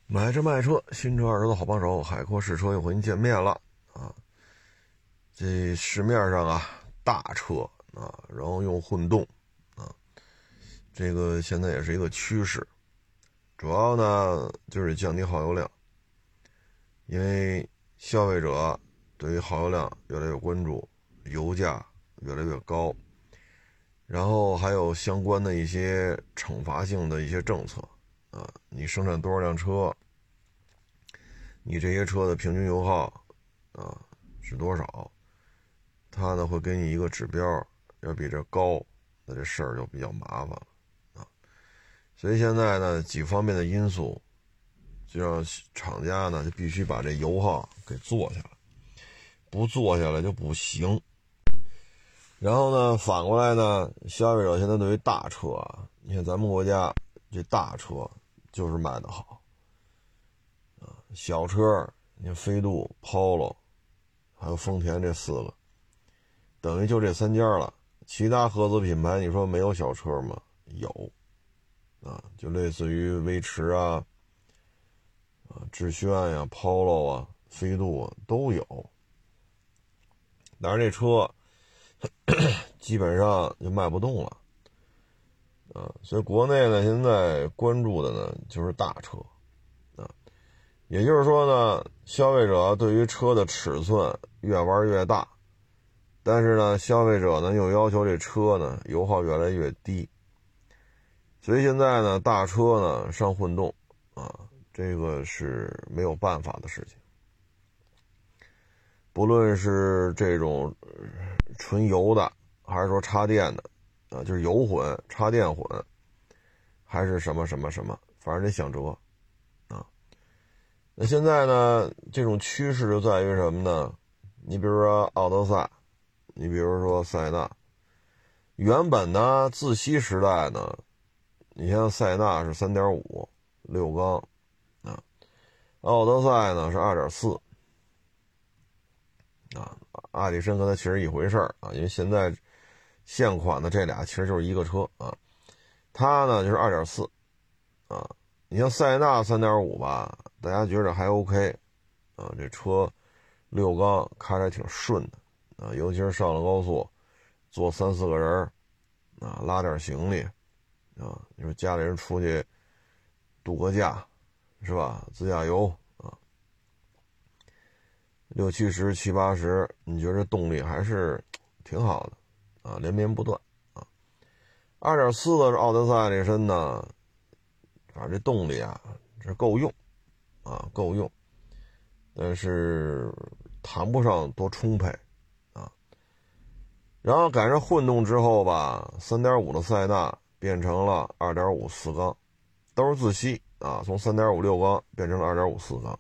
买车卖车，新车二手的好帮手，海阔试车又和您见面了啊！这市面上啊，大车啊，然后用混动啊，这个现在也是一个趋势。主要呢就是降低耗油量，因为消费者对于耗油量越来越关注，油价越来越高，然后还有相关的一些惩罚性的一些政策啊，你生产多少辆车，你这些车的平均油耗啊是多少，它呢会给你一个指标，要比这高，那这事儿就比较麻烦了啊。所以现在呢几方面的因素，就让厂家呢就必须把这油耗给做下来，不做下来就不行。然后呢反过来呢，消费者现在对于大车啊，你看咱们国家这大车就是卖得好啊，小车你看飞度、Polo 还有丰田这四个，等于就这三家了。其他合资品牌你说没有小车吗？有啊，就类似于威驰啊、致炫呀、Polo 啊、飞度啊都有。但是这车基本上就卖不动了啊，所以国内呢现在关注的呢就是大车啊，也就是说呢，消费者对于车的尺寸越玩越大，但是呢消费者呢又要求这车呢油耗越来越低，所以现在呢大车呢上混动啊，这个是没有办法的事情。不论是这种纯油的，还是说插电的啊，就是油混插电混，还是什么什么什么，反正得想辙啊。那现在呢这种趋势就在于什么呢？你比如说奥德赛，你比如说塞纳，原本呢自吸时代呢，你像塞纳是 3.5 六缸啊，奥德赛呢是 2.4啊，爱迪生跟它其实一回事啊，因为现在现款的这俩其实就是一个车啊，它呢就是 2.4啊，你像塞纳 3.5 吧，大家觉得还 OK 啊，这车六缸开着挺顺的啊，尤其是上了高速坐3-4个人啊，拉点行李啊，你说家里人出去度个假是吧，自驾游啊，60-70、70-80，你觉得动力还是挺好的啊，连绵不断啊。2.4的奥德赛这身呢，反正这动力啊是够用啊，够用，但是谈不上多充沛啊。然后改成混动之后吧， 3.5 的塞纳变成了 2.5 四缸，都是自吸啊，从 3.5 六缸变成了 2.5 四缸。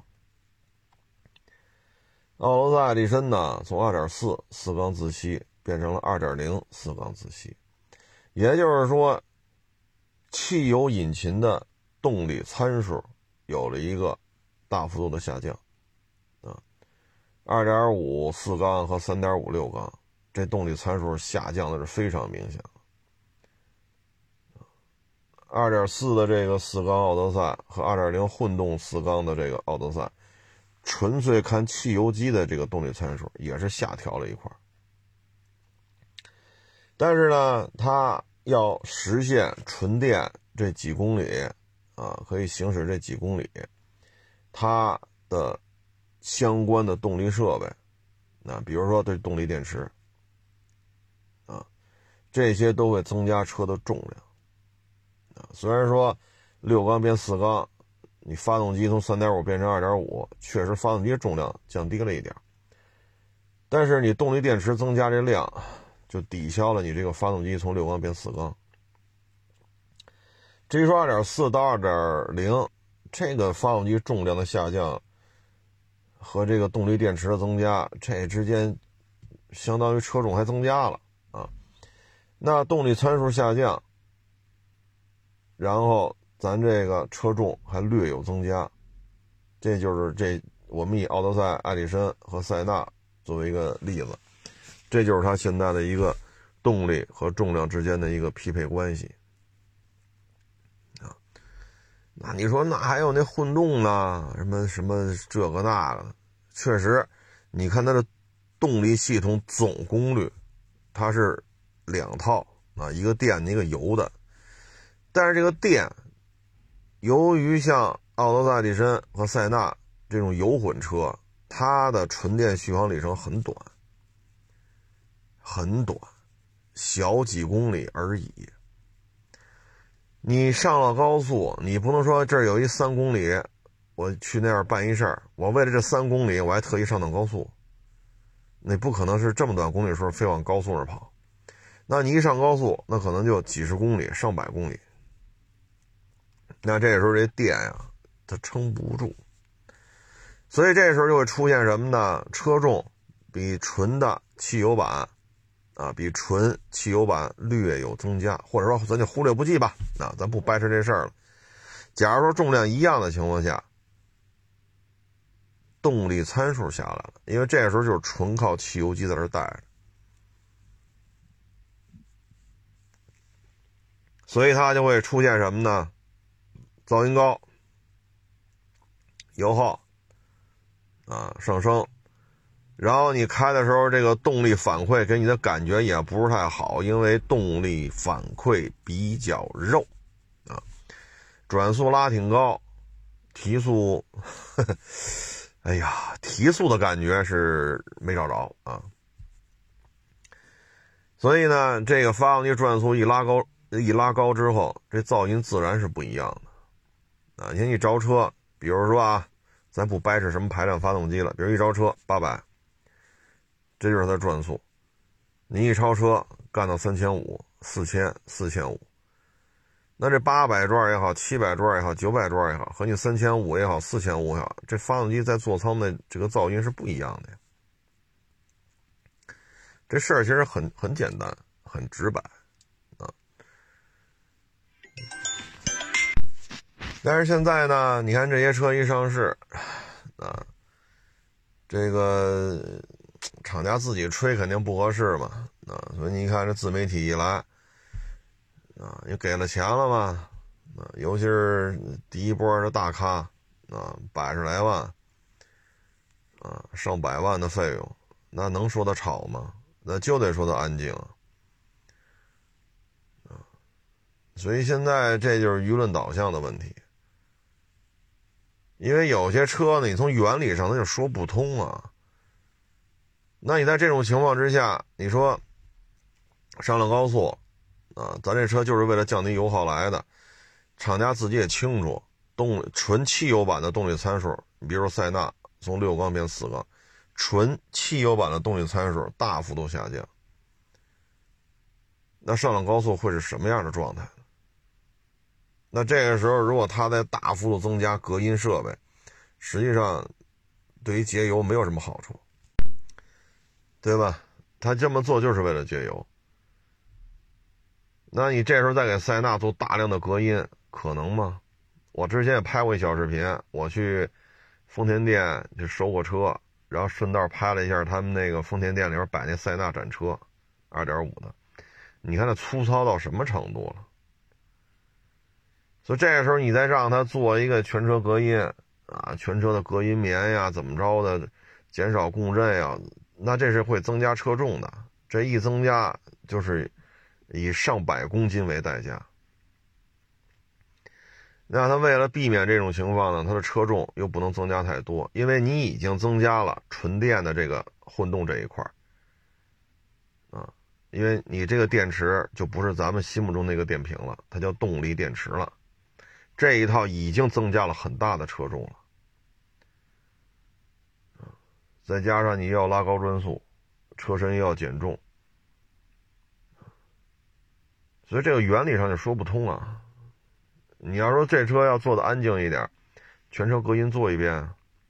奥德赛这身呢，从 2.4 四缸自吸变成了 2.0 四缸自吸，也就是说汽油引擎的动力参数有了一个大幅度的下降啊， 2.5 四缸和 3.5 六缸这动力参数下降的是非常明显。2.4 的这个四缸奥德赛和 2.0 混动四缸的这个奥德赛，纯粹看汽油机的这个动力参数也是下调了一块，但是呢它要实现纯电这几公里啊，可以行驶这几公里，它的相关的动力设备啊，比如说对动力电池啊，这些都会增加车的重量啊。虽然说六缸变四缸，你发动机从 3.5 变成 2.5， 确实发动机重量降低了一点，但是你动力电池增加这量就抵消了你这个发动机从六缸变四缸。至于说 2.4 到 2.0 这个发动机重量的下降和这个动力电池的增加，这之间相当于车重还增加了啊。那动力参数下降，然后咱这个车重还略有增加，这就是我们以奥德赛、爱迪生和塞纳作为一个例子，这就是它现在的一个动力和重量之间的一个匹配关系啊。 那你说那还有那混动呢，什么什么这个那个，确实，你看它的动力系统总功率，它是2套啊，一个电的，一个油的。但是这个电，由于像奥德赛、力绅和塞纳这种油混车，它的纯电续航里程很短，很短，小几公里而已。你上了高速，你不能说这儿有一3公里，我去那儿办一事儿，我为了这3公里我还特意上趟高速，那不可能是这么短公里数非往高速上跑。那你一上高速，那可能就几十公里、上百公里。那这时候这电呀，它撑不住，所以这时候就会出现什么呢？车重比纯的汽油版啊，比纯汽油版略有增加，或者说咱就忽略不计吧，啊，咱不掰扯这事儿了。假如说重量一样的情况下，动力参数下来了，因为这时候就是纯靠汽油机在这带着，所以它就会出现什么呢？噪音高，油耗啊上升。然后你开的时候，这个动力反馈给你的感觉也不是太好，因为动力反馈比较肉啊，转速拉挺高，提速，哎呀，提速的感觉是没找着啊。所以呢，这个发动机转速一拉高之后，这噪音自然是不一样的啊。你着车，比如说啊，咱不掰扯什么排量发动机了，比如一着车800。这就是它转速，你一超车干到3500、4000、4500，那这800转也好，700转也好，900转也好，和你3500也好，4500也好，这发动机在座舱的这个噪音是不一样的呀。这事儿其实很简单，很直白啊。但是现在呢，你看这些车一上市啊，这个厂家自己吹肯定不合适嘛，啊，所以你看这自媒体一来，啊，也给了钱了嘛，啊，尤其是第一波的大咖，啊，100来万，啊，上百万的费用，那能说它吵吗？那就得说它安静，啊，所以现在这就是舆论导向的问题，因为有些车呢，你从原理上它就说不通啊。那你在这种情况之下，你说上了高速啊，咱这车就是为了降低油耗来的，厂家自己也清楚，纯汽油版的动力参数，你比如说塞纳从6缸变4缸，纯汽油版的动力参数大幅度下降，那上了高速会是什么样的状态呢？那这个时候如果它在大幅度增加隔音设备，实际上对于节油没有什么好处，对吧？他这么做就是为了节油。那你这时候再给塞纳做大量的隔音，可能吗？我之前也拍过一小视频，我去丰田店去收过车，然后顺道拍了一下他们那个丰田店里边摆那塞纳展车 2.5 的，你看它粗糙到什么程度了。所以这个时候你再让他做一个全车隔音啊，全车的隔音棉呀，怎么着的，减少共振呀，那这是会增加车重的，这一增加就是以上百公斤为代价。那他为了避免这种情况呢，他的车重又不能增加太多，因为你已经增加了纯电的这个混动这一块啊，因为你这个电池就不是咱们心目中那个电瓶了，它叫动力电池了，这一套已经增加了很大的车重了，再加上你要拉高转速，车身又要减重，所以这个原理上就说不通啊。你要说这车要做的安静一点，全车隔音做一遍。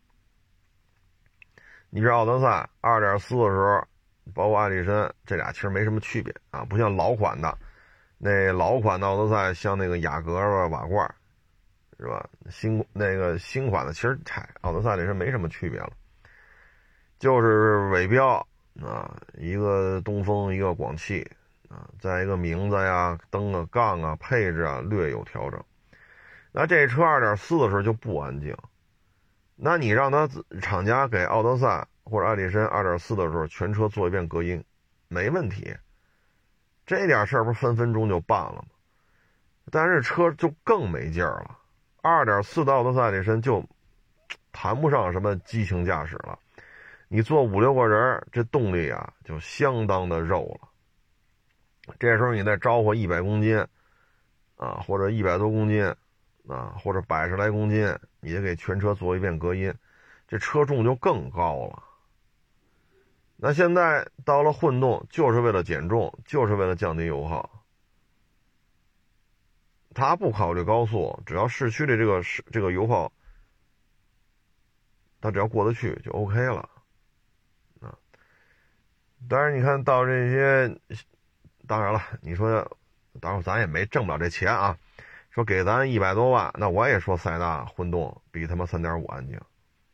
你这奥德赛 2.4 的时候，包括艾力绅，这俩其实没什么区别啊，不像老款的，那老款的奥德赛像那个雅阁啊瓦罐，是吧？新款的其实奥德赛里是没什么区别了，就是尾标啊，一个东风，一个广汽啊，再一个名字呀、灯啊、杠啊、配置啊略有调整。 那这车 2.4 的时候就不安静，那你让他厂家给奥德赛或者爱力绅 2.4 的时候全车做一遍隔音，没问题，这点事儿不是分分钟就办了吗？但是车就更没劲儿了， 2.4 的奥德赛爱力绅就谈不上什么激情驾驶了，你坐5-6个人，这动力啊就相当的肉了。这时候你再招呼100公斤啊，或者100多公斤啊，或者100来公斤，你得给全车做一遍隔音，这车重就更高了。那现在到了混动，就是为了减重，就是为了降低油耗，它不考虑高速，只要市区的这个油耗，它只要过得去就 OK 了啊。当然你看到这些，当然了，你说当然咱也没挣不了这钱啊，说给咱100多万，那我也说塞纳混动比他妈 3.5 安静，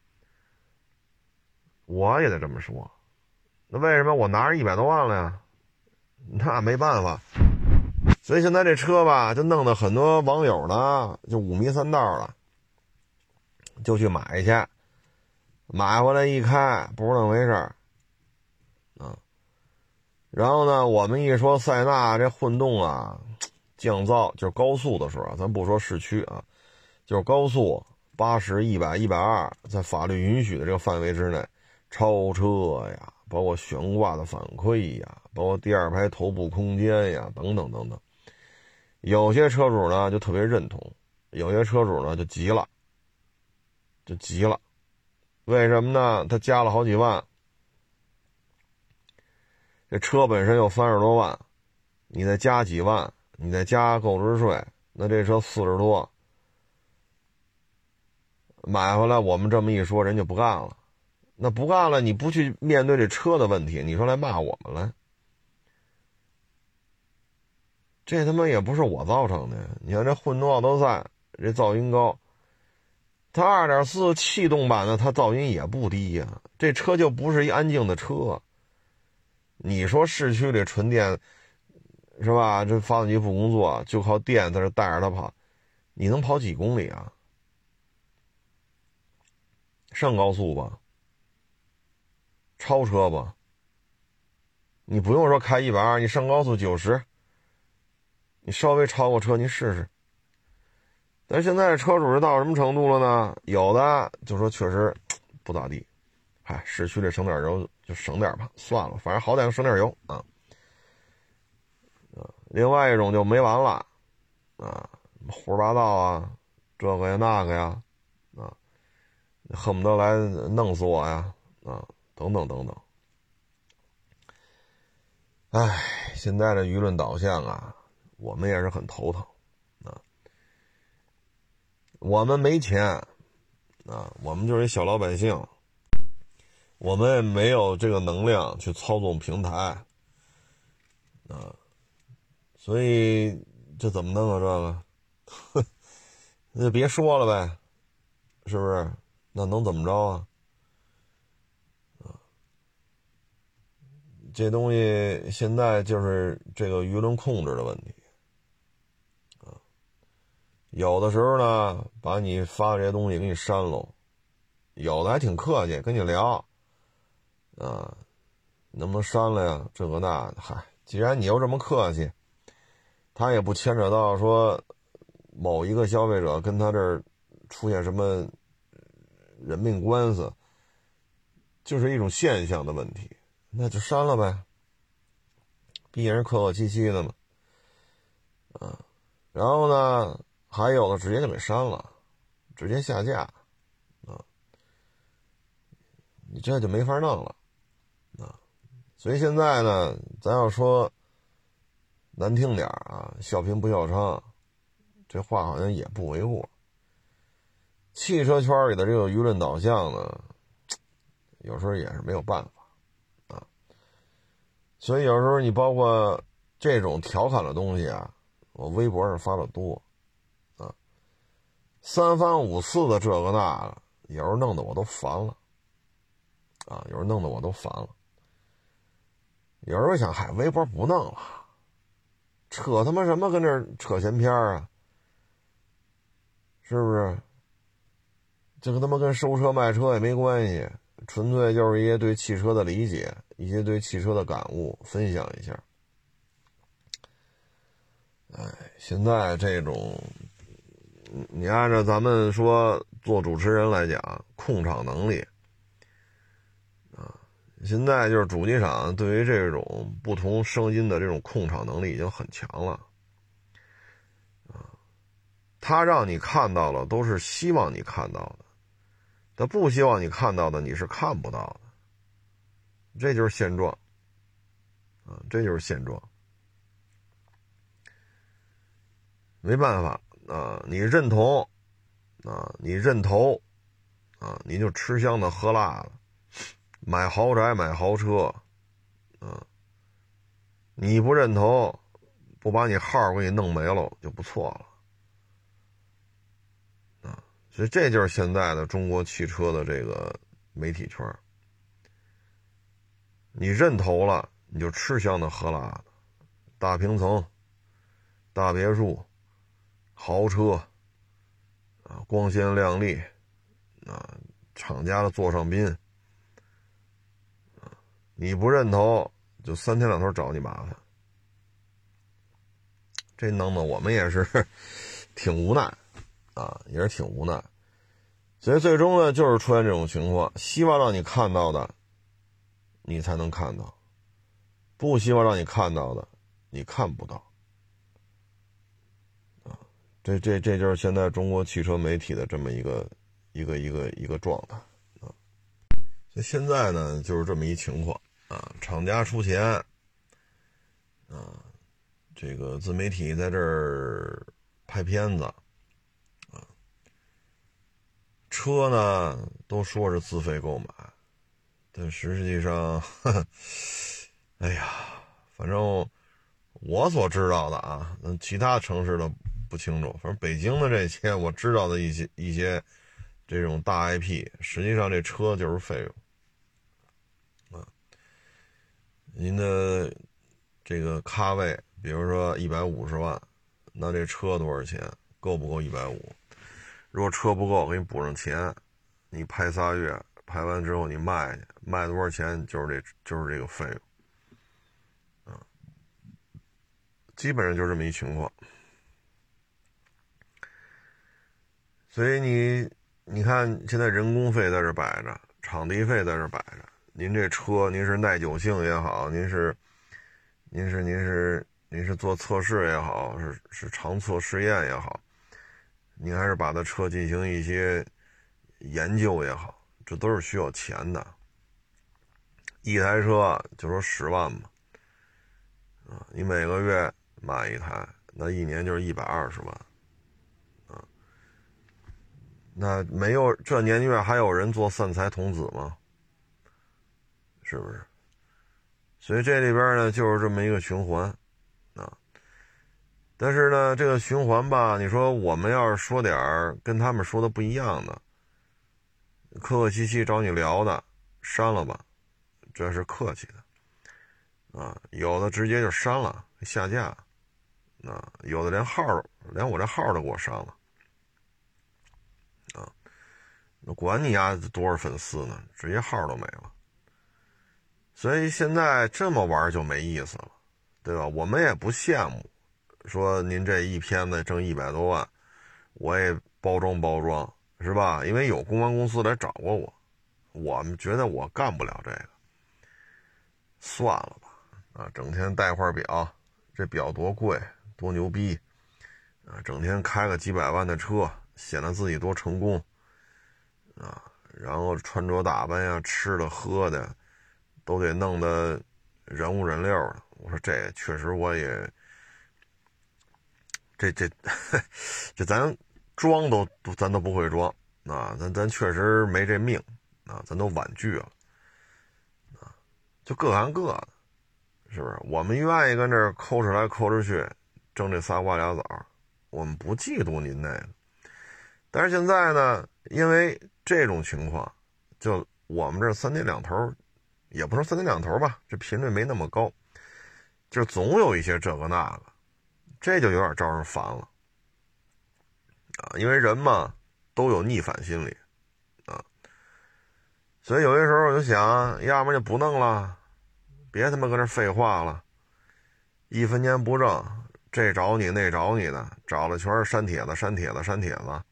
我也得这么说。那为什么我拿着100多万了呀？那没办法。所以现在这车吧，就弄得很多网友呢就五迷三道了，就去买去，买回来一开不是那么回事啊。然后呢，我们一说塞纳这混动啊，降噪就是高速的时候，咱不说市区啊，就是高速80、100、120，在法律允许的这个范围之内，超车呀，包括悬挂的反馈呀，包括第二排头部空间呀，等等等等。有些车主呢就特别认同，有些车主呢就急了，为什么呢？他加了好几万，这车本身有30多万，你再加几万，你再加购置税，那这车40多，买回来我们这么一说，人就不干了。那不干了，你不去面对这车的问题，你说来骂我们来，这他妈也不是我造成的。你看这混动奥德赛这噪音高，它 2.4 气动版的，它噪音也不低呀，这车就不是一安静的车。你说市区里纯电是吧，这发动机不工作，就靠电在这带着它跑，你能跑几公里啊？上高速吧，超车吧，你不用说开120，你上高速90，你稍微超过车你试试。但是现在车主是到什么程度了呢？有的就说确实不咋地，嗨，市区里省点油就省点吧，算了，反正好歹省点油啊。另外一种就没完了啊，胡说八道啊，这个呀那个呀，啊，恨不得来弄死我呀，啊，等等等等。唉，现在的舆论导向啊，我们也是很头疼啊。我们没钱啊，我们就是一小老百姓，我们也没有这个能量去操纵平台啊，所以这怎么弄啊？这个，那就别说了呗，是不是？那能怎么着啊？这东西现在就是这个舆论控制的问题啊。有的时候呢，把你发的这些东西给你删喽，有的还挺客气，跟你聊啊，能不能删了呀？这个那的，嗨，既然你又这么客气，他也不牵扯到说某一个消费者跟他这儿出现什么人命官司，就是一种现象的问题，那就删了呗，毕竟人客客气气的嘛，啊，然后呢，还有的直接就给删了，直接下架，啊，你这就没法弄了，啊，所以现在呢，咱要说难听点啊，笑贫不笑娼，这话好像也不为过。汽车圈里的这个舆论导向呢，有时候也是没有办法啊。所以有时候你包括这种调侃的东西啊，我微博上发的多啊，三番五次的这个那个，有时候弄得我都烦了啊，有时候弄得我都烦了。有时候想，嗨，微博不弄了，扯他妈什么跟这扯闲篇啊？ 是不是？这个他妈跟收车卖车也没关系，纯粹就是一些对汽车的理解，一些对汽车的感悟，分享一下。现在这种，你按照咱们说做主持人来讲，控场能力啊，现在就是主机厂对于这种不同声音的这种控场能力已经很强了啊。他让你看到了，都是希望你看到的，他不希望你看到的，你是看不到的。这就是现状啊，这就是现状。没办法啊，你认同啊，你认投啊，你就吃香的喝辣的，买豪宅买豪车啊，你不认同，不把你号给你弄没了就不错了啊。所以这就是现在的中国汽车的这个媒体圈，你认投了，你就吃香的喝辣的，大平层、大别墅、豪车啊，光鲜亮丽啊，厂家的座上宾啊，你不认同就三天两头找你麻烦，这弄得我们也是挺无奈啊，也是挺无奈。所以最终呢，就是出现这种情况，希望让你看到的你才能看到，不希望让你看到的你看不到啊。这就是现在中国汽车媒体的这么一个状态啊。所以现在呢，就是这么一情况啊，厂家出钱啊，这个自媒体在这儿拍片子啊，车呢都说是自费购买，但实际上哎呀，反正我所知道的啊，其他城市的不清楚，反正北京的这些我知道的一些这种大 IP， 实际上这车就是费用啊。您的这个咖位，比如说150万，那这车多少钱？够不够150？如果车不够，给你补上钱，你拍3月，拍完之后你卖去，卖多少钱就是这个费用啊，基本上就是这么一情况。所以你看现在人工费在这摆着，场地费在这摆着，您这车您是耐久性也好，您是做测试也好，是长测试验也好，您还是把它车进行一些研究也好，这都是需要钱的。一台车就说10万吧，啊，你每个月买一台，那一年就是120万，啊，那没有这年月还有人做散财童子吗？是不是？所以这里边呢就是这么一个循环啊。但是呢，这个循环吧，你说我们要是说点跟他们说的不一样的，客客气气找你聊的，删了吧，这是客气的啊。有的直接就删了，下架啊。有的连我这号都给我删了啊。那管你呀多少粉丝呢，直接号都没了。所以现在这么玩就没意思了，对吧？我们也不羡慕，说您这一片子挣100多万，我也包装是吧？因为有公关公司来找过我们觉得我干不了这个，算了吧啊！整天带块表，这表多贵多牛逼啊！整天开个几百万的车，显得自己多成功啊！然后穿着打扮呀，吃的喝的都得弄得人五人六的。我说这确实我也这咱装咱都不会装啊，咱确实没这命啊，咱都婉拒了啊，就各干各的，是不是？我们愿意跟这儿抠哧来抠哧去挣这仨瓜俩枣，我们不嫉妒您那个。但是现在呢，因为这种情况，就我们这3天2头，也不是3天2头吧，这频率没那么高，就总有一些这个那个，这就有点招人烦了啊，因为人嘛都有逆反心理啊，所以有些时候我就想，要么就不弄了，别他妈搁那废话了，一分钱不挣，这找你那找你的，找了全是删帖子删帖子删帖子啊，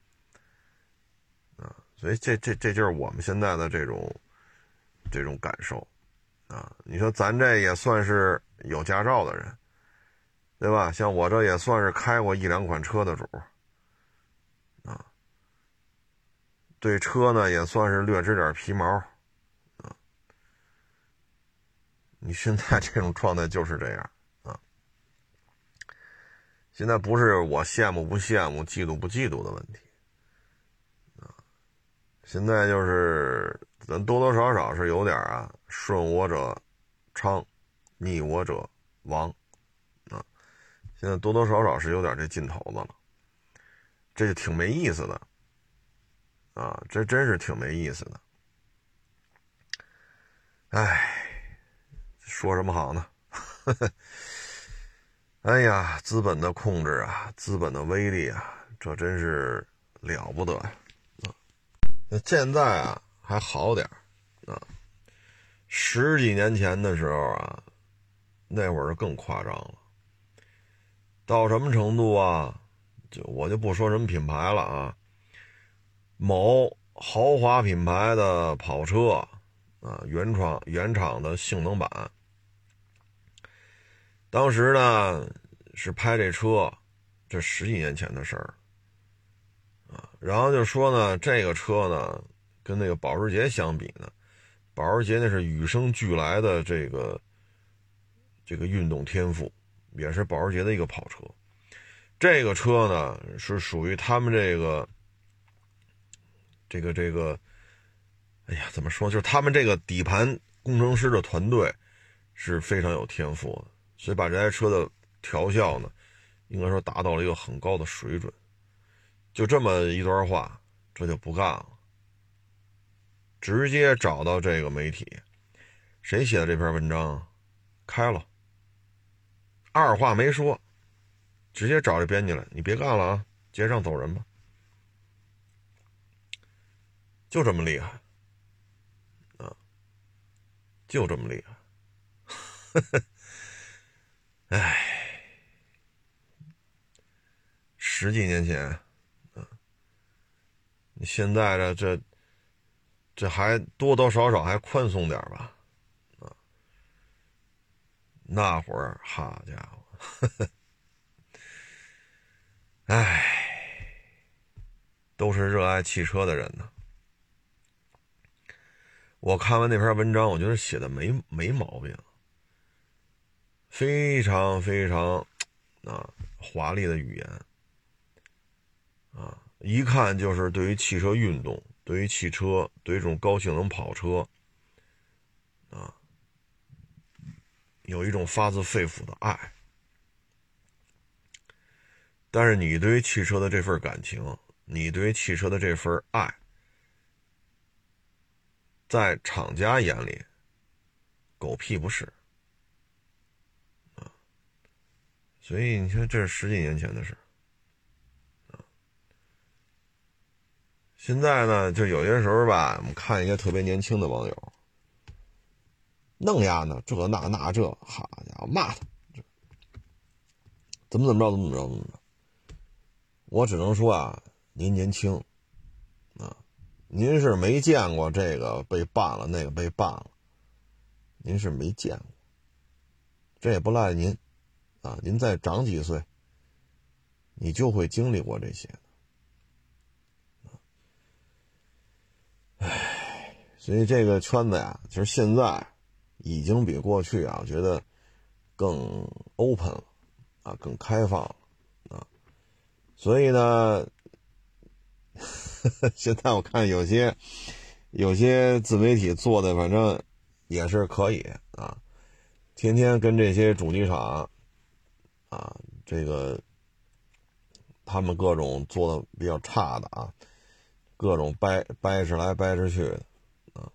所以这就是我们现在的这种感受啊。你说咱这也算是有驾照的人，对吧？像我这也算是开过1-2款车的主啊，对车呢也算是略知点皮毛啊。你现在这种状态就是这样啊。现在不是我羡慕不羡慕、嫉妒不嫉妒的问题啊，现在就是咱多多少少是有点啊，顺我者昌，逆我者亡啊。现在多多少少是有点这劲头子了，这就挺没意思的啊，这真是挺没意思的。哎，说什么好呢？哎呀，资本的控制啊，资本的威力啊，这真是了不得呀！那现在啊还好点啊，10几年前的时候啊，那会儿更夸张了，到什么程度啊？我就不说什么品牌了啊，某豪华品牌的跑车啊，原厂的性能版，当时呢是拍这车，这10几年前的事儿啊。然后就说呢，这个车呢跟那个保时捷相比呢，保时捷那是与生俱来的这个运动天赋，也是保时捷的一个跑车。这个车呢是属于他们这个，哎呀，怎么说？就是他们这个底盘工程师的团队是非常有天赋的，所以把这台车的调校呢，应该说达到了一个很高的水准。就这么一段话，这就不干了，直接找到这个媒体，谁写的这篇文章？开了，二话没说，直接找这编辑来，你别干了啊，街上走人吧，就这么厉害啊，就这么厉害。唉，10几年前，你现在的这还多多少少还宽松点吧，啊，那会儿好家伙，唉，都是热爱汽车的人呢。我看完那篇文章，我觉得写的没毛病，非常非常啊华丽的语言啊，一看就是对于汽车运动，对于汽车，对于这种高性能跑车啊，有一种发自肺腑的爱。但是你对于汽车的这份感情，你对于汽车的这份爱，在厂家眼里狗屁不是啊。所以你说这是10几年前的事啊。现在呢，就有些时候吧，我们看一些特别年轻的网友弄呀呢，这这，好家伙，骂他怎么着。我只能说啊，您年轻啊，您是没见过这个被办了，那个被办了，您是没见过，这也不赖您啊。您再长几岁，你就会经历过这些。唉，所以这个圈子呀，其实现在已经比过去啊，我觉得更 open 了啊，更开放了啊。所以呢，现在我看有些自媒体做的，反正也是可以啊，天天跟这些主机厂啊，这个他们各种做的比较差的啊，各种掰扯来掰扯去的啊，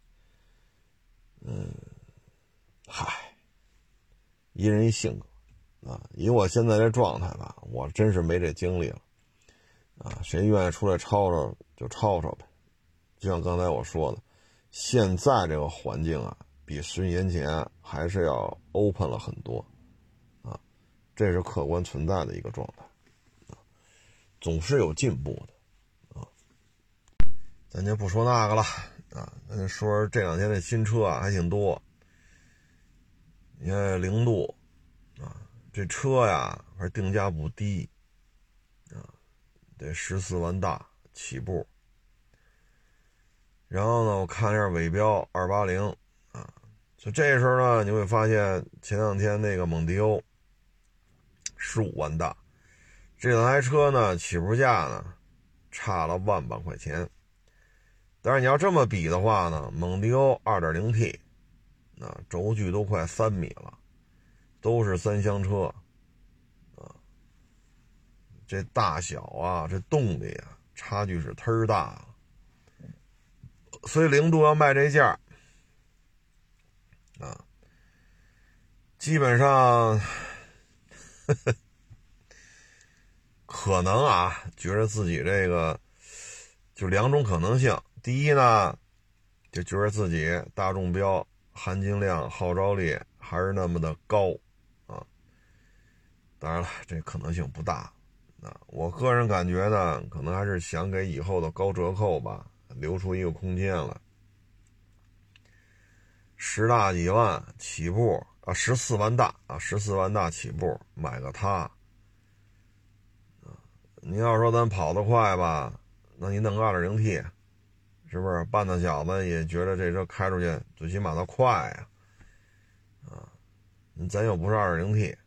嗨，一人一性格啊，以我现在这状态吧，我真是没这精力了。 啊，谁愿意出来吵吵就吵吵呗。就像刚才我说的，现在这个环境啊，比10几年前还是要 open 了很多啊，这是客观存在的一个状态啊，总是有进步的啊。咱就不说那个了啊，咱就说这两天的新车啊还挺多。你看0度啊，这车呀还是定价不低啊，得14万大起步。然后呢，我看一下尾标280啊，就这时候呢，你会发现前两天那个蒙迪欧15万大，这两台车呢起步价呢差了万把块钱。但是你要这么比的话呢，蒙迪欧 2.0T 啊，轴距都快3米了，都是3厢车啊，这大小啊，这动力啊，差距是忒儿大了。所以0度要卖这价啊，基本上可能啊，觉得自己这个就2种可能性。第一呢，就觉得自己大众标含金量、号召力还是那么的高啊。当然了，这可能性不大啊。我个人感觉呢，可能还是想给以后的高折扣吧留出一个空间来。10大几万起步啊，14万大啊，14万大起步买个它啊。你要说咱跑得快吧，那你弄个 2.0T 是不是半大小子也觉得这车开出去最起码它快呀啊，咱又不是 2.0T，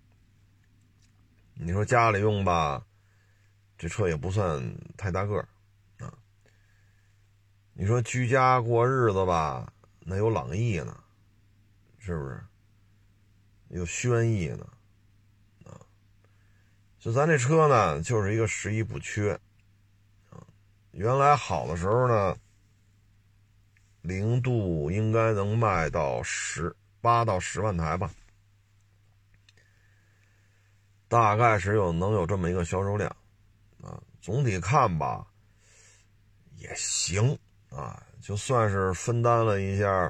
你说家里用吧，这车也不算太大个啊。你说居家过日子吧，那有朗逸呢，是不是？有轩逸呢，啊，就咱这车呢，就是一个实一不缺啊。原来好的时候呢，0度应该能卖到8到10万台吧，大概是能有这么一个销售量啊。总体看吧，也行啊，就算是分担了一下，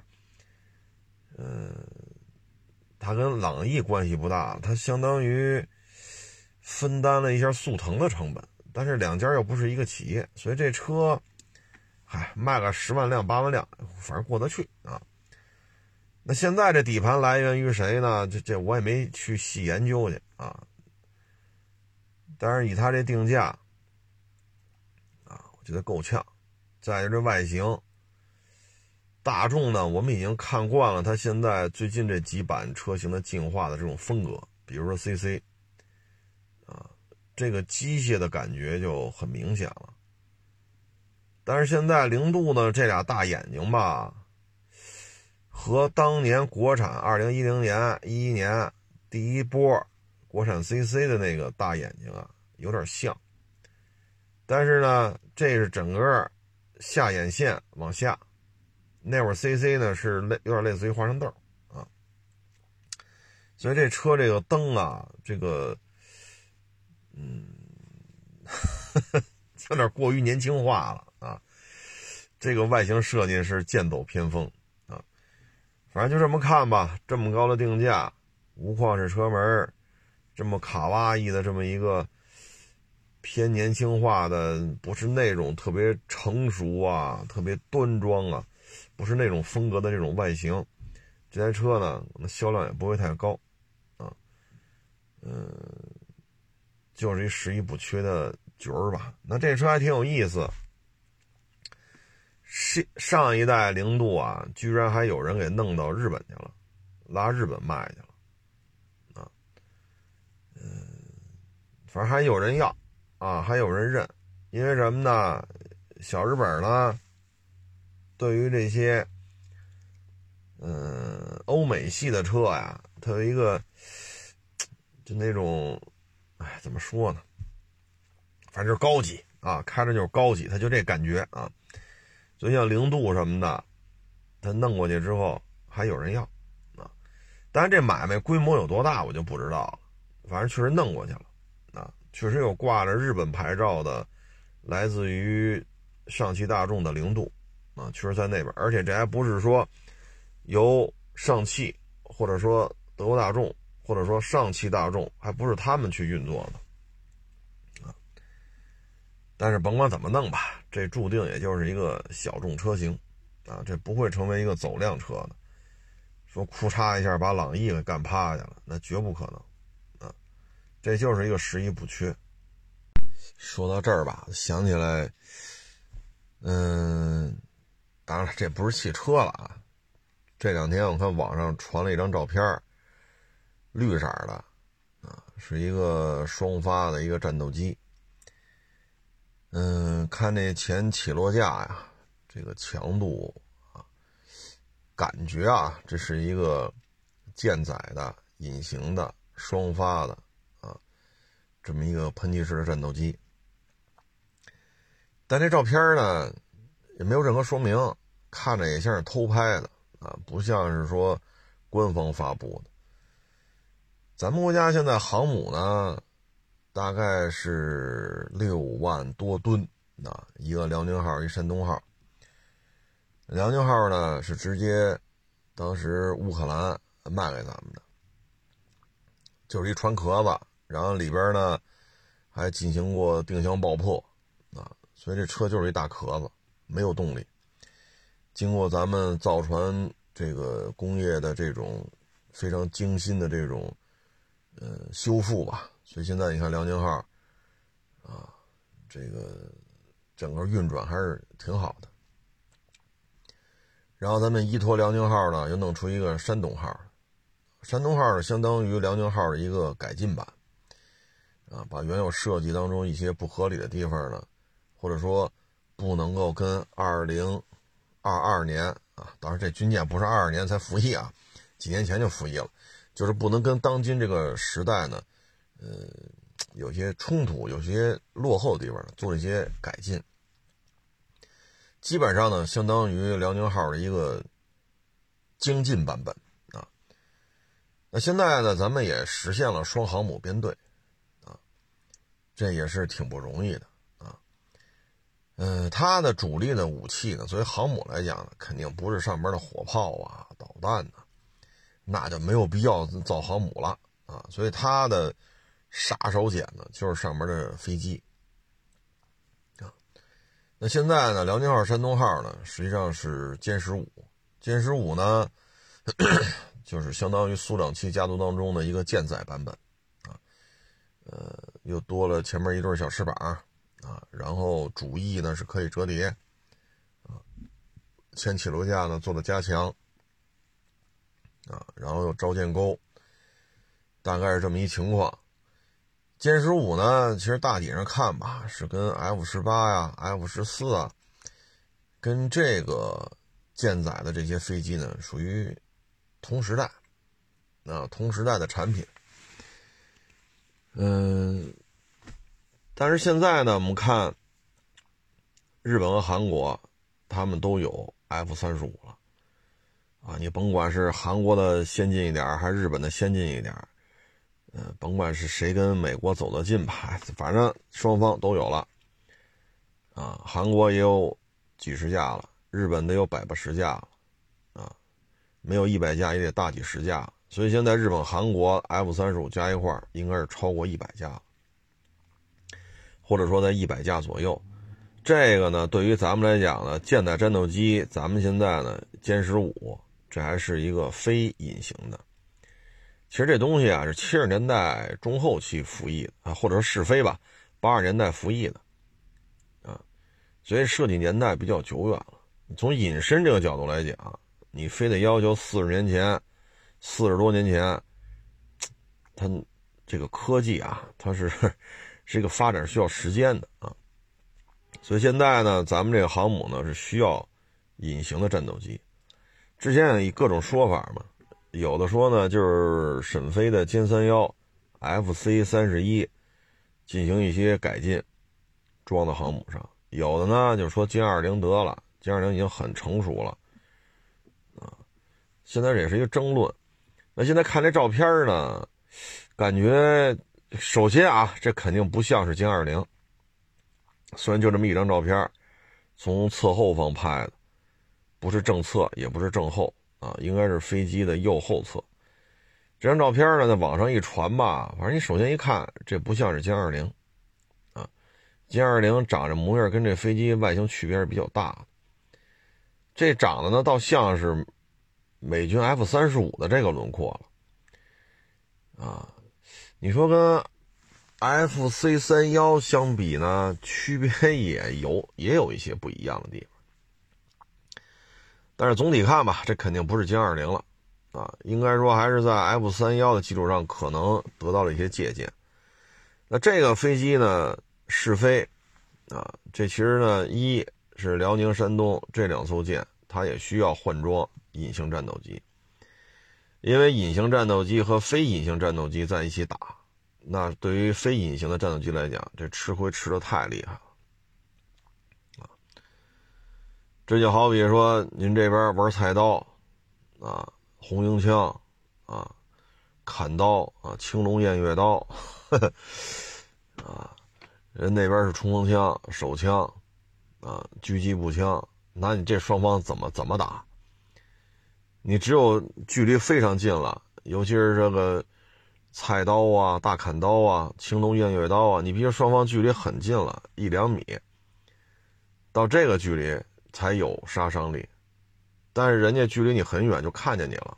它跟朗逸关系不大，它相当于分担了一下速腾的成本，但是两家又不是一个企业，所以这车卖个10万辆8万辆反正过得去啊。那现在这底盘来源于谁呢？这我也没去细研究去啊，但是以它这定价啊，我觉得够呛。再有这外形，大众呢，我们已经看惯了它现在最近这几版车型的进化的这种风格，比如说 CC 啊，这个机械的感觉就很明显了。但是现在0度呢，这俩大眼睛吧，和当年国产2010年、11年第一波国产 CC 的那个大眼睛啊，有点像。但是呢，这是整个下眼线往下，那会儿 CC 呢是有点类似于花生豆啊。所以这车这个灯啊，这个有点过于年轻化了啊。这个外形设计是剑走偏锋啊，反正就这么看吧。这么高的定价，无框式车门，这么卡哇伊的这么一个偏年轻化的，不是那种特别成熟啊、特别端庄啊，不是那种风格的这种外形，这台车呢，那销量也不会太高啊。就是一实一不缺的角儿吧。那这车还挺有意思。上一代0度啊，居然还有人给弄到日本去了，拉日本卖去了啊。反正还有人要啊，还有人认，因为什么呢？小日本呢，对于这些欧美系的车呀，它有一个就那种，怎么说呢？反正就是高级啊，开着就是高级，它就这感觉啊。所以像0度什么的，他弄过去之后还有人要啊。当然这买卖规模有多大我就不知道了，反正确实弄过去了啊，确实有挂着日本牌照的来自于上汽大众的零度啊，确实在那边，而且这还不是说由上汽或者说德国大众或者说上汽大众，还不是他们去运作的啊。但是甭管怎么弄吧，这注定也就是一个小众车型啊，这不会成为一个走量车的。说库嚓一下把朗逸给干趴下了，那绝不可能啊！这就是一个实一不缺。说到这儿吧，想起来，当然了，这不是汽车了啊。这两天我看网上传了一张照片，绿色的啊，是一个双发的一个战斗机。看那前起落架呀，这个强度啊，感觉啊，这是一个舰载的、隐形的、双发的啊，这么一个喷气式的战斗机。但这照片呢，也没有任何说明，看着也像是偷拍的啊，不像是说官方发布的。咱们国家现在航母呢，大概是6万多吨啊，一个辽宁号，一山东号。辽宁号呢是直接当时乌克兰卖给咱们的，就是一船壳子，然后里边呢还进行过定向爆破啊，所以这车就是一大壳子，没有动力。经过咱们造船这个工业的这种非常精心的这种修复吧，所以现在你看辽宁号啊，这个整个运转还是挺好的。然后咱们依托辽宁号呢，又弄出一个山东号。山东号呢，相当于辽宁号的一个改进版啊，把原有设计当中一些不合理的地方呢，或者说不能够跟2022年啊，当然这军舰不是22年才服役啊，几年前就服役了，就是不能跟当今这个时代呢，有些冲突，有些落后的地方做一些改进。基本上呢，相当于辽宁号的一个精进版本啊。那现在呢，咱们也实现了双航母编队啊，这也是挺不容易的啊。它的主力的武器呢，作为航母来讲呢，肯定不是上边的火炮啊、导弹呐，那就没有必要造航母了啊。所以它的杀手锏呢，就是上面的飞机。那现在呢，辽宁号、山东号呢，实际上是歼15。歼15呢，就是相当于苏2-7家族当中的一个舰载版本啊。又多了前面一对小翅膀啊，然后主翼呢是可以折叠啊，前起落架呢做了加强啊，然后又招舰钩，大概是这么一情况。歼15呢，其实大体上看吧，是跟 F-18 呀、F-14啊，跟这个舰载的这些飞机呢，属于同时代，同时代的产品。但是现在呢，我们看日本和韩国，他们都有 F-35了啊，你甭管是韩国的先进一点，还是日本的先进一点。甭管是谁跟美国走得近吧，反正双方都有了啊。韩国也有几十架了，日本得有180架了啊，没有100架也得大几十架了。所以现在日本、韩国 F-35加一块应该是超过100架了，或者说在100架左右。这个呢，对于咱们来讲呢，舰载战斗机，咱们现在呢歼15，这还是一个非隐形的。其实这东西啊是70年代中后期服役的啊，或者说试飞吧，82年代服役的啊，所以设计年代比较久远了。从隐身这个角度来讲，你非得要求40年前、40多年前，它这个科技啊，它是一个发展需要时间的啊。所以现在呢，咱们这个航母呢是需要隐形的战斗机。之前以各种说法嘛。有的说呢，就是沈飞的歼31 FC-31进行一些改进，装到航母上。有的呢，就说歼20得了，歼20已经很成熟了啊。现在这也是一个争论。那现在看这照片呢，感觉首先啊，这肯定不像是歼20 虽然就这么一张照片，从侧后方拍的，不是正侧也不是正后啊，应该是飞机的右后侧。这张照片呢在网上一传吧，反正你首先一看，这不像是歼20啊，歼20长着模样跟这飞机外形区别是比较大的，这长得呢倒像是美军 F-35的这个轮廓了啊。你说跟 FC-31相比呢，区别也有一些不一样的地方，但是总体看吧，这肯定不是歼20了啊，应该说还是在 F-31的基础上可能得到了一些借鉴。那这个飞机呢试飞啊，这其实呢一是辽宁山东这2艘舰它也需要换装隐形战斗机，因为隐形战斗机和非隐形战斗机在一起打，那对于非隐形的战斗机来讲，这吃亏吃得太厉害了啊！这就好比说您这边玩菜刀啊、红缨枪啊、砍刀啊、青龙偃月刀呵呵啊，人那边是冲锋枪、手枪啊、狙击步枪，那你这双方怎么打？你只有距离非常近了，尤其是这个菜刀啊、大砍刀啊、青龙偃月刀啊，你必须双方距离很近了，1-2米，到这个距离才有杀伤力。但是人家距离你很远就看见你了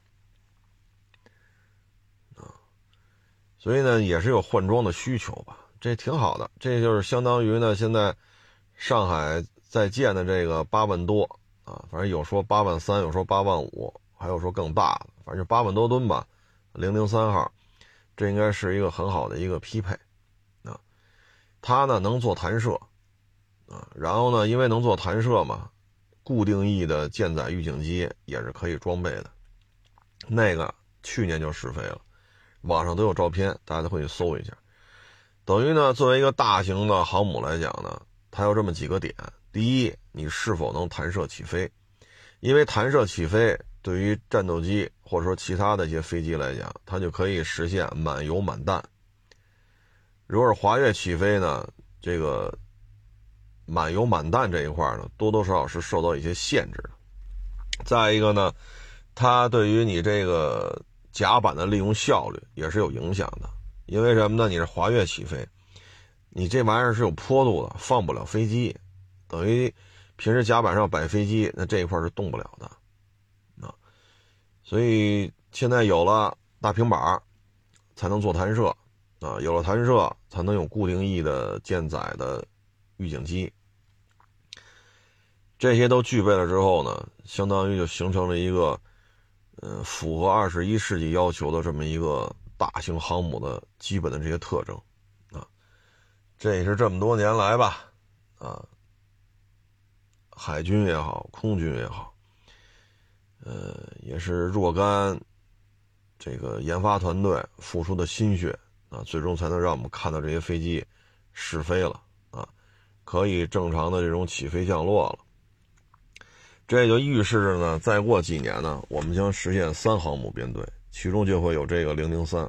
啊，所以呢也是有换装的需求吧，这挺好的。这就是相当于呢现在上海在建的这个8万多啊，反正有说8万3，有说8万5，还有说更大的，反正就8万多吨吧，003号，这应该是一个很好的一个匹配啊。它呢能做弹射啊，然后呢因为能做弹射嘛，固定翼的舰载预警机也是可以装备的，那个去年就试飞了，网上都有照片，大家都可以搜一下。等于呢作为一个大型的航母来讲呢，它有这么几个点。第一，你是否能弹射起飞，因为弹射起飞对于战斗机或者说其他的一些飞机来讲，它就可以实现满油满弹。如果是滑跃起飞呢，这个满油满弹这一块呢，多多少少是受到一些限制的。再一个呢，它对于你这个甲板的利用效率也是有影响的，因为什么呢？你是滑跃起飞，你这玩意儿是有坡度的，放不了飞机，等于平时甲板上摆飞机，那这一块是动不了的啊。所以现在有了大平板才能做弹射啊，有了弹射才能有固定翼的舰载的预警机，这些都具备了之后呢，相当于就形成了一个符合21世纪要求的这么一个大型航母的基本的这些特征啊。这也是这么多年来吧啊，海军也好，空军也好，也是若干这个研发团队付出的心血啊，最终才能让我们看到这些飞机试飞了啊，可以正常的这种起飞降落了。这也就预示着呢，再过几年呢，我们将实现3航母编队，其中就会有这个003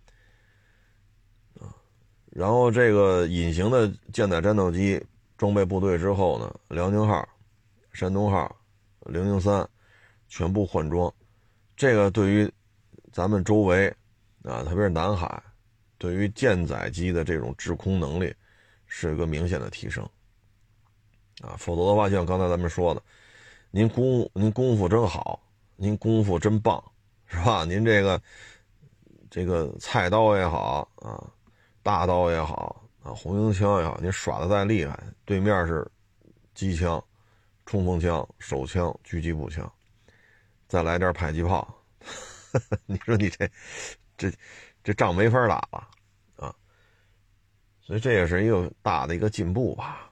啊。然后这个隐形的舰载战斗机装备部队之后呢，辽宁号、山东号、003全部换装，这个对于咱们周围啊，特别是南海，对于舰载机的这种制空能力是一个明显的提升啊。否则的话，就像刚才咱们说的，您功夫真好，您功夫真棒，是吧？您这个菜刀也好啊，大刀也好啊，红缨枪也好，您耍得再厉害，对面是机枪、冲锋枪、手枪、狙击步枪，再来点迫击炮，你说你这仗没法打了啊！所以这也是一个大的一个进步吧，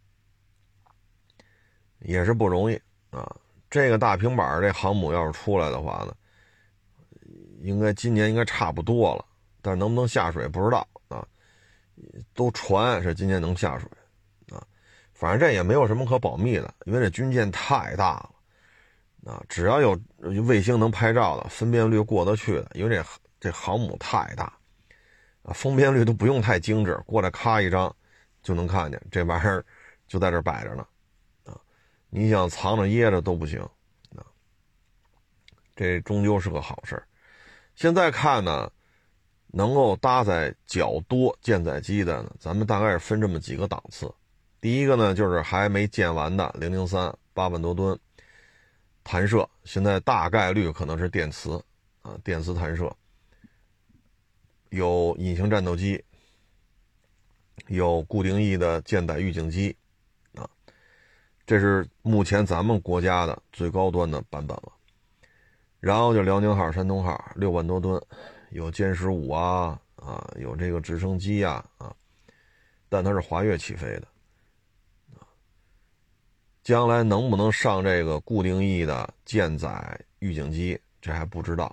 也是不容易啊。这个大平板这航母要是出来的话呢，应该今年应该差不多了，但是能不能下水不知道啊。都传是今年能下水啊，反正这也没有什么可保密的，因为这军舰太大了啊，只要有卫星能拍照的，分辨率过得去的，因为这航母太大啊，分辨率都不用太精致，过来咔一张就能看见，这玩意儿就在这摆着呢，啊，你想藏着掖着都不行，啊，这终究是个好事。现在看呢，能够搭载较多舰载机的呢，咱们大概是分这么几个档次。第一个呢，就是还没建完的003 8万多吨弹射，现在大概率可能是电磁啊，电磁弹射，有隐形战斗机，有固定翼的舰载预警机啊，这是目前咱们国家的最高端的版本了。然后就辽宁号、山东号6万多吨，有歼15啊，有这个直升机啊，但它是滑跃起飞的，将来能不能上这个固定翼的舰载预警机，这还不知道，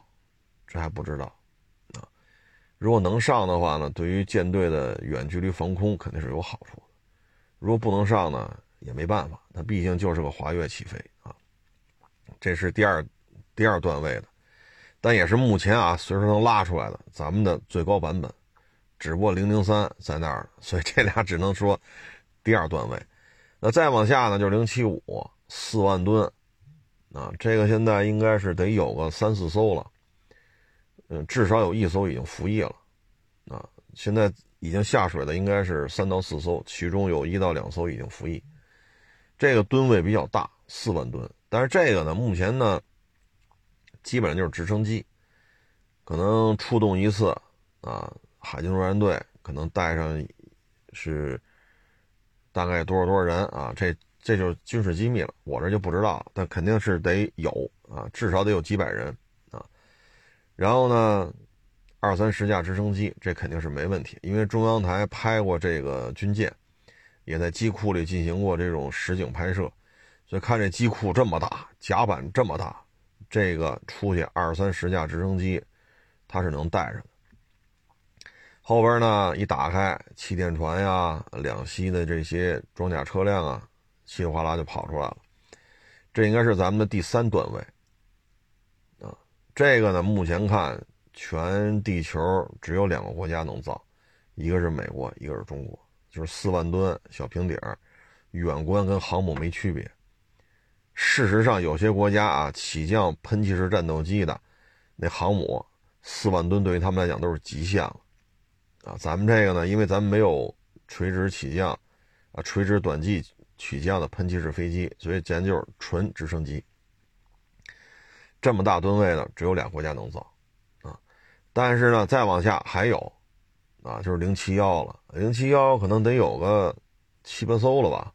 啊。如果能上的话呢，对于舰队的远距离防空肯定是有好处的。如果不能上呢，也没办法，它毕竟就是个滑跃起飞啊。这是第二段位的，但也是目前啊随时能拉出来的咱们的最高版本，只不过003在那儿，所以这俩只能说第二段位。那再往下呢，就是075 4万吨啊，这个现在应该是得有个3、4艘了，至少有1艘已经服役了啊。现在已经下水的应该是3到4艘，其中有1到2艘已经服役。这个吨位比较大，4万吨，但是这个呢，目前呢，基本上就是直升机，可能出动一次啊，海军陆战队可能带上是大概多少人啊，这就是军事机密了，我这就不知道，但肯定是得有啊，至少得有几百人啊。然后呢，20-30架直升机，这肯定是没问题，因为中央台拍过这个军舰，也在机库里进行过这种实景拍摄，所以看这机库这么大，甲板这么大，这个出去20-30架直升机，它是能带上的。后边呢一打开，气垫船呀、两栖的这些装甲车辆啊，稀里哗啦就跑出来了。这应该是咱们的第3段位啊。这个呢，目前看全地球只有2个国家能造，一个是美国，一个是中国，就是4万吨小平底儿，远观跟航母没区别。事实上，有些国家啊，起降喷气式战斗机的那航母4万吨，对于他们来讲都是极限了啊。咱们这个呢，因为咱们没有垂直起降啊、垂直短距起降的喷气式飞机，所以咱就是纯直升机。这么大吨位的，只有2国家能造啊。但是呢，再往下还有啊，就是071了。071可能得有个7、8艘了吧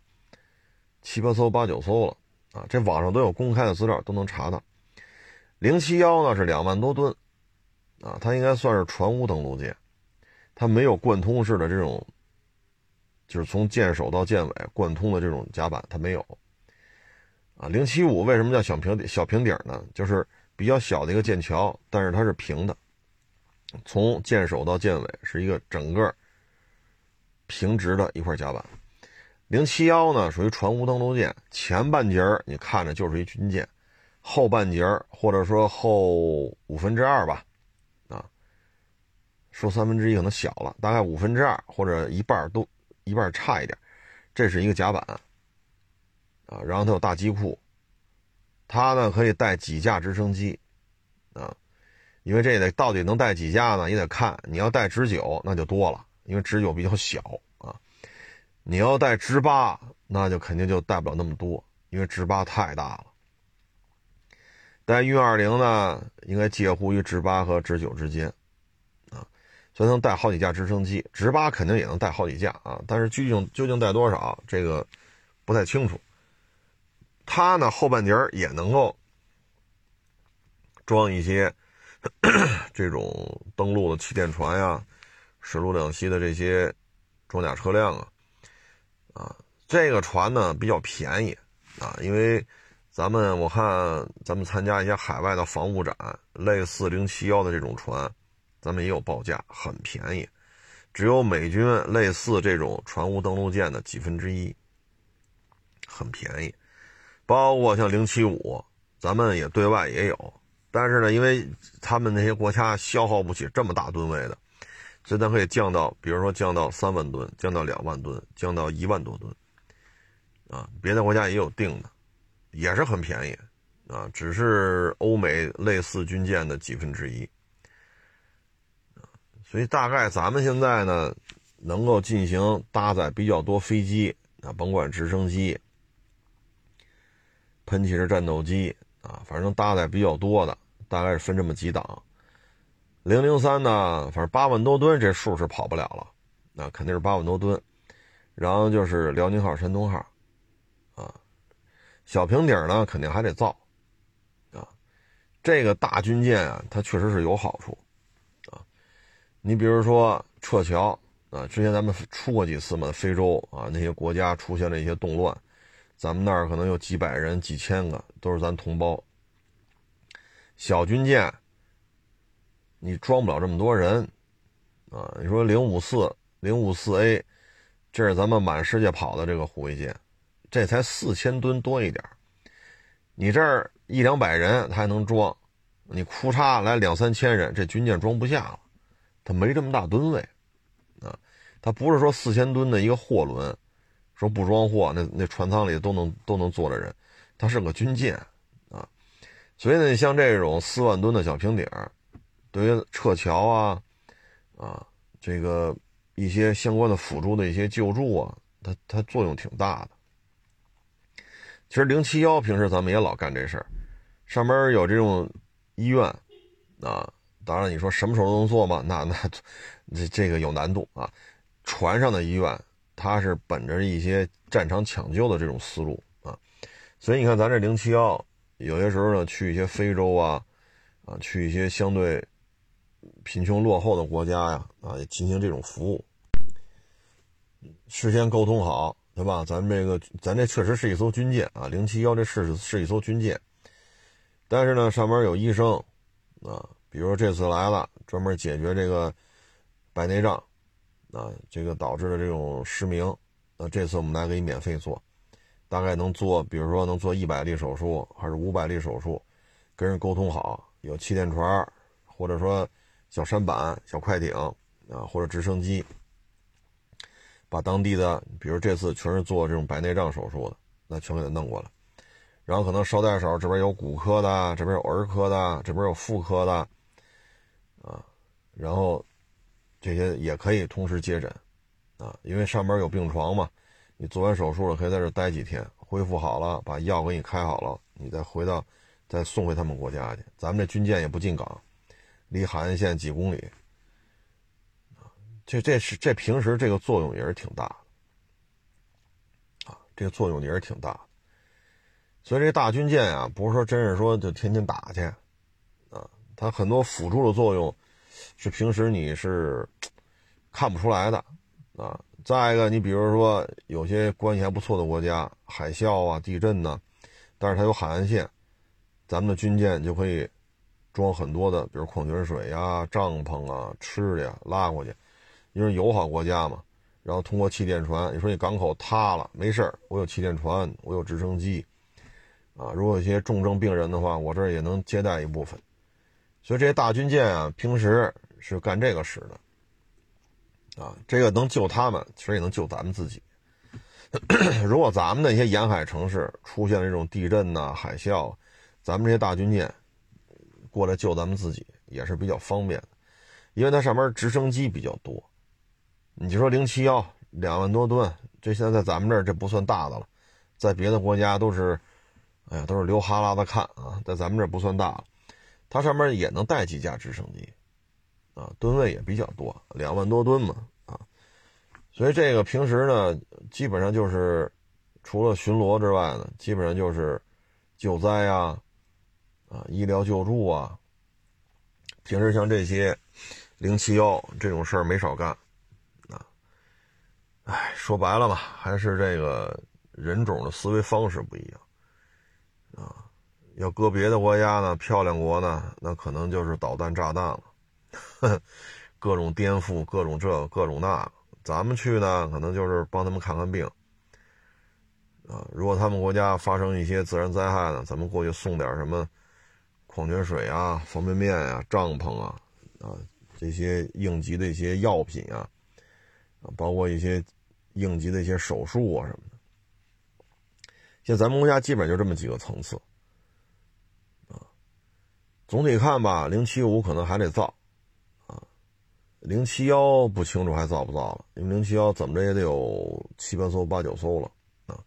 ，7、8艘、8、9艘了啊。这网上都有公开的资料，都能查到。071呢是2万多吨啊，它应该算是船坞登陆舰，它没有贯通式的这种，就是从舰首到舰尾贯通的这种甲板，它没有啊。075为什么叫小平底呢？就是比较小的一个舰桥，但是它是平的，从舰首到舰尾是一个整个平直的一块甲板。071呢属于船坞登陆舰，前半截你看着就是一军舰，后半截或者说后2/5吧，啊，说1/3可能小了，大概2/5或者一半差一点，这是一个甲板啊。然后它有大机库，它呢可以带几架直升机啊，因为这得到底能带几架呢，也得看。你要带直9那就多了，因为直9比较小啊。你要带直8，那就肯定就带不了那么多，因为直8太大了。但运20呢，应该介乎于直8和直9之间啊，所以能带好几架直升机。直8肯定也能带好几架啊，但是究竟带多少，这个不太清楚。它呢后半截也能够装一些这种登陆的气垫船呀、水陆两栖的这些装甲车辆啊，这个船呢比较便宜啊，因为我看咱们参加一些海外的防务展，类似071的这种船，咱们也有报价，很便宜，只有美军类似这种船坞登陆舰的1/10，很便宜。包括像075，咱们也对外也有，但是呢，因为他们那些国家消耗不起这么大吨位的，所以咱可以降到，比如说降到3万吨，降到2万吨，降到1万多吨啊，别的国家也有订的，也是很便宜啊，只是欧美类似军舰的1/10。所以大概咱们现在呢，能够进行搭载比较多飞机啊，甭管直升机、喷气式战斗机啊，反正搭载比较多的，大概是分这么几档。003呢，反正8万多吨这数是跑不了了，那肯定是8万多吨。然后就是辽宁号、山东号，啊，小平底呢肯定还得造，啊，这个大军舰啊，它确实是有好处，啊，你比如说撤侨啊，之前咱们出过几次嘛，非洲啊那些国家出现了一些动乱，咱们那儿可能有几百人、几千个都是咱同胞。小军舰你装不了这么多人啊，你说054A。这是咱们满世界跑的这个护卫舰，这才4000吨多一点，你这儿100-200人它还能装，你库嚓来2-3千人，这军舰装不下了，它没这么大吨位啊，它不是说4000吨的一个货轮，说不装货那船舱里都能坐着人，它是个军舰啊，所以呢，像这种4万吨的小平底，对于撤侨啊这个一些相关的辅助的一些救助啊，它作用挺大的。其实071平时咱们也老干这事儿，上面有这种医院啊，当然你说什么时候都能做吗？那这个有难度啊。船上的医院它是本着一些战场抢救的这种思路啊，所以你看咱这071有些时候呢去一些非洲啊去一些相对贫穷落后的国家呀也进行这种服务。事先沟通好，对吧？咱这确实是一艘军舰啊，071这是一艘军舰，但是呢，上面有医生啊，比如说这次来了，专门解决这个白内障啊，这个导致的这种失明，这次我们来给你免费做，大概能做，比如说能做100例手术还是500例手术，跟人沟通好，有气垫船或者说小舢板、小快艇啊，或者直升机。把当地的，比如这次全是做这种白内障手术的，那全给他弄过来。然后可能捎带手这边有骨科的，这边有儿科的，这边有妇科的，啊，然后这些也可以同时接诊，啊，因为上边有病床嘛，你做完手术了可以在这待几天，恢复好了，把药给你开好了，你再送回他们国家去。咱们这军舰也不进港，离海岸线几公里。这平时这个作用也是挺大的，这个作用也是挺大的。所以这大军舰啊，不是说真是说就天天打去，它很多辅助的作用是平时你是看不出来的啊。再一个，你比如说有些关系还不错的国家，海啸啊、地震呢，但是它有海岸线，咱们的军舰就可以装很多的，比如矿泉水啊、帐篷啊、吃的呀，拉过去。因为友好国家嘛，然后通过气垫船，你说你港口塌了没事儿，我有气垫船，我有直升机啊，如果有一些重症病人的话，我这儿也能接待一部分。所以这些大军舰啊，平时是干这个使的啊，这个能救他们，其实也能救咱们自己。如果咱们那些沿海城市出现了这种地震呐、海啸，咱们这些大军舰过来救咱们自己也是比较方便的，因为它上面直升机比较多。你就说071 2万多吨，这现在在咱们这儿这不算大的了，在别的国家都是流哈喇子看啊，在咱们这儿不算大了。它上面也能带几架直升机啊，吨位也比较多，2万多吨嘛啊，所以这个平时呢，基本上就是除了巡逻之外呢，基本上就是救灾啊医疗救助啊，平时像这些071这种事儿没少干。说白了吧，还是这个人种的思维方式不一样啊。要搁别的国家呢，漂亮国呢，那可能就是导弹炸弹了，各种颠覆，各种这各种那。咱们去呢，可能就是帮他们看看病啊。如果他们国家发生一些自然灾害呢，咱们过去送点什么矿泉水啊、方便面啊、帐篷啊这些应急的一些药品啊包括一些应急的一些手术啊什么的。 现在咱们国家基本就这么几个层次啊。总体看吧，075可能还得造啊，071不清楚还造不造了，因为071怎么着也得有7、8艘、8、9艘了啊。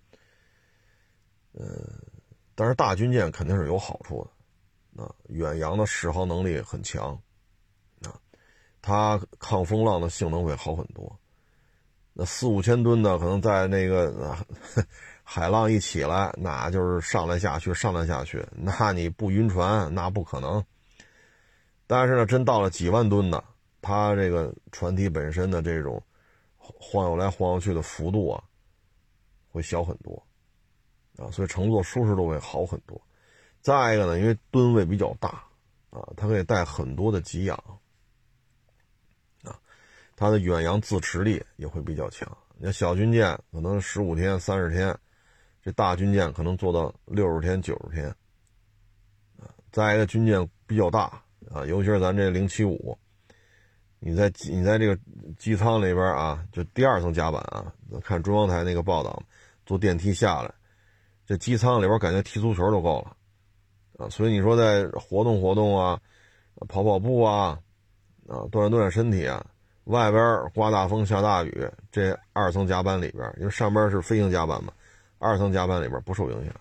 但是大军舰肯定是有好处的啊，远洋的适航能力很强啊，它抗风浪的性能会好很多。那4、5千吨的可能在那个海浪一起来，那就是上来下去，那你不晕船那不可能。但是呢，真到了几万吨的，它这个船体本身的这种晃悠来晃悠去的幅度啊，会小很多啊，所以乘坐舒适度会好很多。再一个呢，因为吨位比较大啊，它可以带很多的给养啊，它的远洋自持力也会比较强。你看小军舰可能15天、30天，这大军舰可能做到60天、90天啊。再一个军舰比较大啊，尤其是咱这075，你在这个机舱里边啊，就第2层甲板啊，看中央台那个报道，坐电梯下来，这机舱里边感觉踢足球都够了啊。所以你说在活动活动啊，跑跑步啊，锻炼身体啊，外边刮大风下大雨，这2层甲板里边，因为上边是飞行甲板嘛，2层甲板里边不受影响。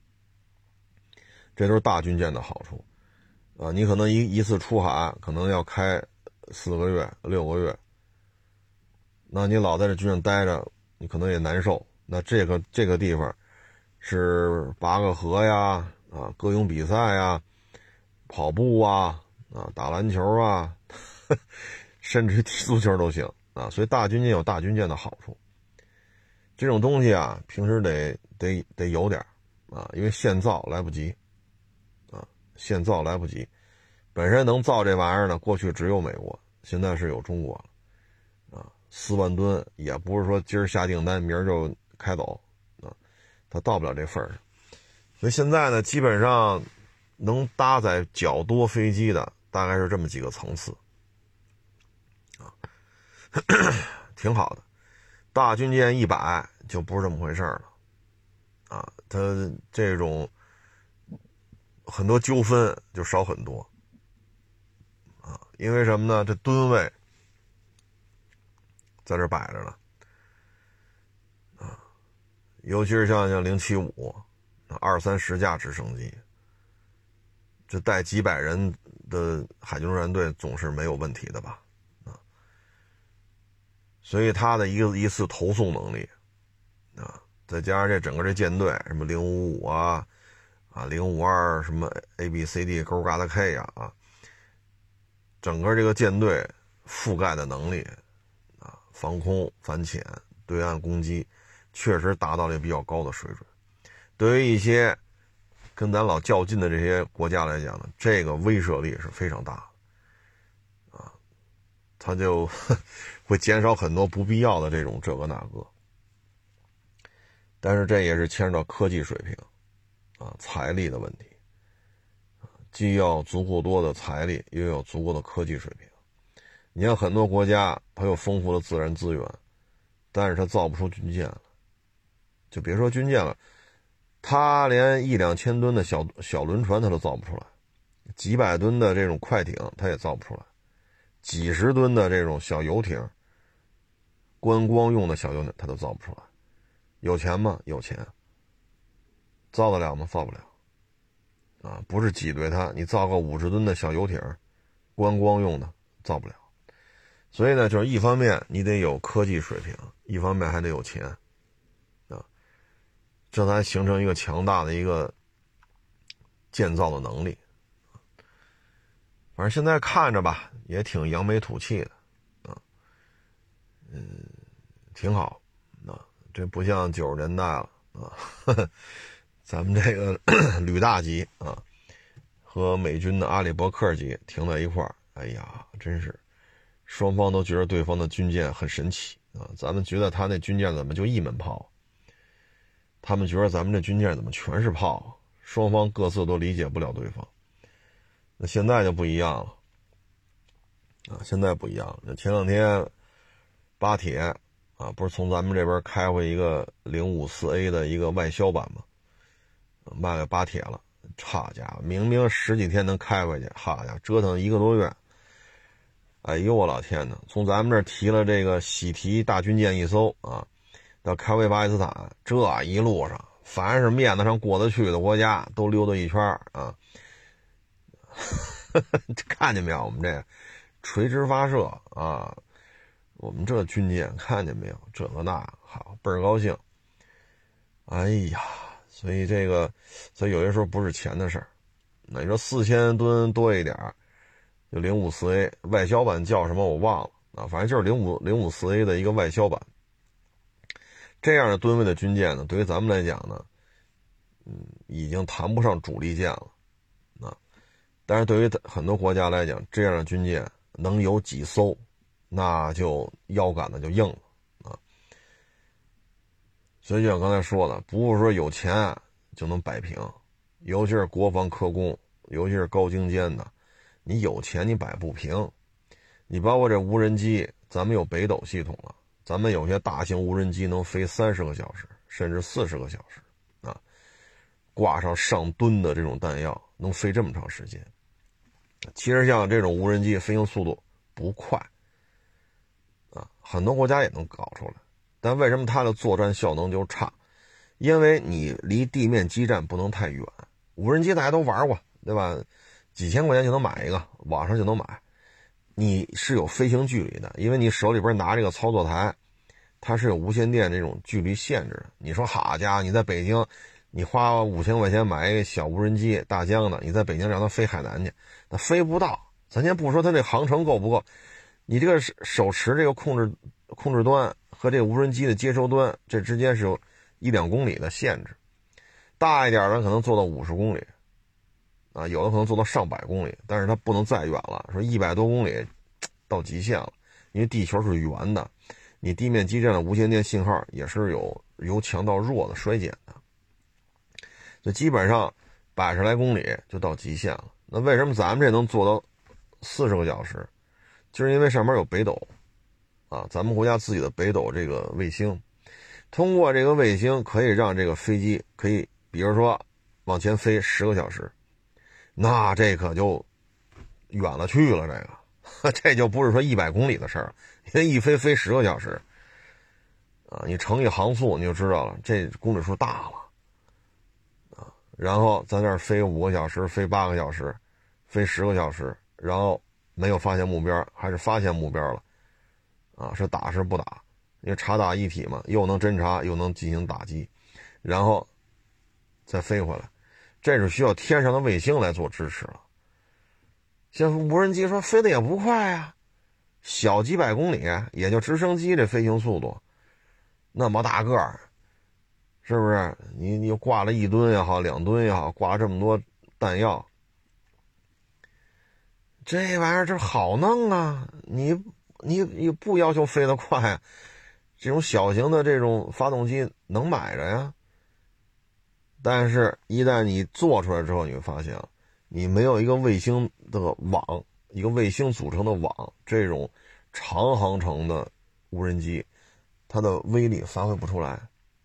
这都是大军舰的好处啊。你可能一次出海可能要开4个月、6个月，那你老在这军舰待着，你可能也难受。那这个地方是拔个河呀，歌咏比赛呀，跑步啊，打篮球啊，甚至于踢足球都行啊。所以大军舰有大军舰的好处。这种东西啊，平时得有点啊，因为现造来不及啊，现造来不及。本身能造这玩意儿呢，过去只有美国，现在是有中国了啊。4万吨也不是说今儿下订单明儿就开走啊，它到不了这份儿上。所以现在呢，基本上能搭载较多飞机的大概是这么几个层次啊，挺好的。大军舰100就不是这么回事了啊，它这种很多纠纷就少很多啊，因为什么呢？这吨位在这摆着呢啊，尤其是像075、20-30架直升机，这带几百人的海军陆战队总是没有问题的吧？啊，所以它的一次投送能力啊，再加上这整个这舰队，什么055啊052什么 ABCD 勾嘎达 K 啊，整个这个舰队覆盖的能力啊，防空、反潜、对岸攻击，确实达到了比较高的水准。对于一些跟咱老较劲的这些国家来讲呢，这个威慑力是非常大的啊，它就会减少很多不必要的这种这个那个。但是这也是牵扯到科技水平啊、财力的问题，既要足够多的财力，又有足够的科技水平。你看很多国家它有丰富的自然资源，但是它造不出军舰了，就别说军舰了，它连1-2千吨的小轮船它都造不出来，几百吨的这种快艇它也造不出来，几十吨的这种小游艇，观光用的小游艇它都造不出来。有钱吗？有钱。造得了吗？造不了啊！不是挤兑它，你造个50吨的小游艇，观光用的造不了。所以呢，就是一方面你得有科技水平，一方面还得有钱啊，这才形成一个强大的一个建造的能力。反正现在看着吧，也挺扬眉吐气的啊，挺好啊，这不像90年代了啊。呵呵，咱们这个旅大级啊，和美军的阿里伯克级停在一块儿，哎呀，真是双方都觉得对方的军舰很神奇啊。咱们觉得他那军舰怎么就一门炮，他们觉得咱们这军舰怎么全是炮，双方各自都理解不了对方。那现在就不一样了啊，现在不一样了。前两天巴铁啊，不是从咱们这边开回一个054A 的一个外销版吗？ 卖给巴铁了。差家伙，明明10几天能开回去，好家伙，折腾1个多月。哎呦我老天哪！从咱们这儿提了这个喜提大军舰1艘啊，到开回巴基斯坦，这一路上凡是面子上过得去的国家都溜达一圈啊。看见没有？我们这垂直发射啊，我们这军舰看见没有？这个那好，倍儿高兴。哎呀，所以有些时候不是钱的事儿。那你说4000吨多一点，就054A 外销版叫什么我忘了啊，反正就是054A 的一个外销版。这样的吨位的军舰呢，对于咱们来讲呢，已经谈不上主力舰了啊。但是对于很多国家来讲，这样的军舰能有几艘，那就腰杆子就硬了啊。所以就像刚才说的，不是说有钱就能摆平，尤其是国防科工，尤其是高精尖的，你有钱你摆不平。你包括这无人机，咱们有北斗系统了，咱们有些大型无人机能飞30个小时，甚至40个小时啊，挂上上吨的这种弹药，能飞这么长时间。其实像这种无人机飞行速度不快啊，很多国家也能搞出来，但为什么它的作战效能就差？因为你离地面基站不能太远。无人机大家都玩过，对吧？几千块钱就能买一个，网上就能买。你是有飞行距离的，因为你手里边拿这个操作台，它是有无线电这种距离限制的。你说好家伙，你在北京，你花5000块钱买一个小无人机大疆的，你在北京让它飞海南去，那飞不到。咱先不说它这航程够不够，你这个手持这个控制端和这个无人机的接收端，这之间是有1-2公里的限制。大一点的可能做到50公里啊，有的可能做到上百公里，但是它不能再远了，说100多公里到极限了。因为地球是圆的，你地面基站的无线电信号也是由强到弱的衰减的，就基本上100来公里就到极限了。那为什么咱们这能做到40个小时？就是因为上面有北斗啊，咱们国家自己的北斗这个卫星，通过这个卫星可以让这个飞机可以比如说往前飞10个小时，那这可就远了去了，这就不是说100公里的事儿，因为一飞10个小时啊，你乘以航速你就知道了，这公里数大了啊。然后在那儿飞5个小时，飞8个小时，飞10个小时，然后没有发现目标，还是发现目标了啊？是打是不打？因为察打一体嘛，又能侦察又能进行打击，然后再飞回来，这是需要天上的卫星来做支持了。像无人机说飞得也不快啊，小几百公里，也就直升机这飞行速度，那么大个儿，是不是？你挂了1吨也好，2吨也好，挂了这么多弹药，这玩意儿这好弄啊！你不要求飞得快啊，这种小型的这种发动机能买着呀。但是一旦你做出来之后，你会发现你没有一个卫星的网，一个卫星组成的网，这种长航程的无人机，它的威力发挥不出来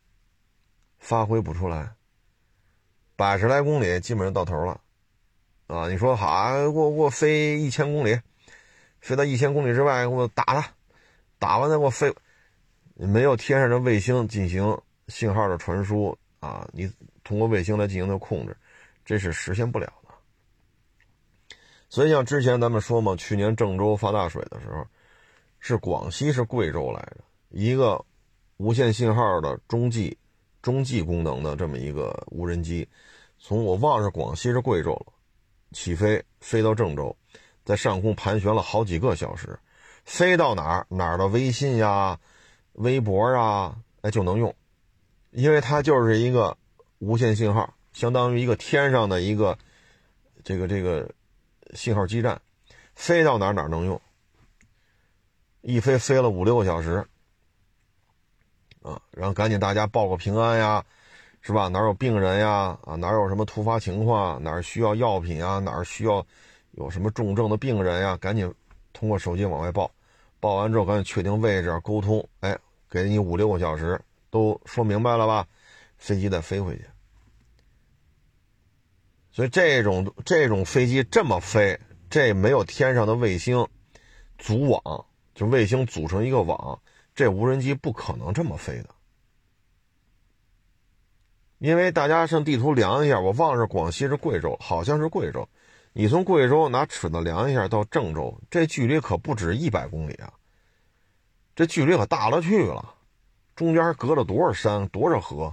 ，100来公里基本上到头了啊！你说好，给我飞1000公里，飞到1000公里之外，给我打它，打完再给我飞，没有天上的卫星进行信号的传输啊，你通过卫星来进行的控制，这是实现不了的。所以像之前咱们说嘛，去年郑州发大水的时候，是广西是贵州来的一个无线信号的中继功能的这么一个无人机，从我忘了是广西是贵州了，起飞到郑州，在上空盘旋了好几个小时，飞到哪儿的微信呀、微博啊，就能用，因为它就是一个无线信号，相当于一个天上的一个这个信号基站，飞到哪儿能用，一飞了5-6个小时啊，然后赶紧大家报个平安呀，是吧？哪有病人呀？啊，哪有什么突发情况？哪儿需要药品啊？哪儿需要有什么重症的病人呀？赶紧通过手机往外报完之后赶紧确定位置沟通，给你5-6个小时都说明白了吧？飞机再飞回去所以这种飞机这么飞，这没有天上的卫星组网，就卫星组成一个网，这无人机不可能这么飞的。因为大家上地图量一下，我忘了是广西是贵州，好像是贵州，你从贵州拿尺子量一下到郑州，这距离可不止100公里啊，这距离可大了去了，中间还隔了多少山多少河，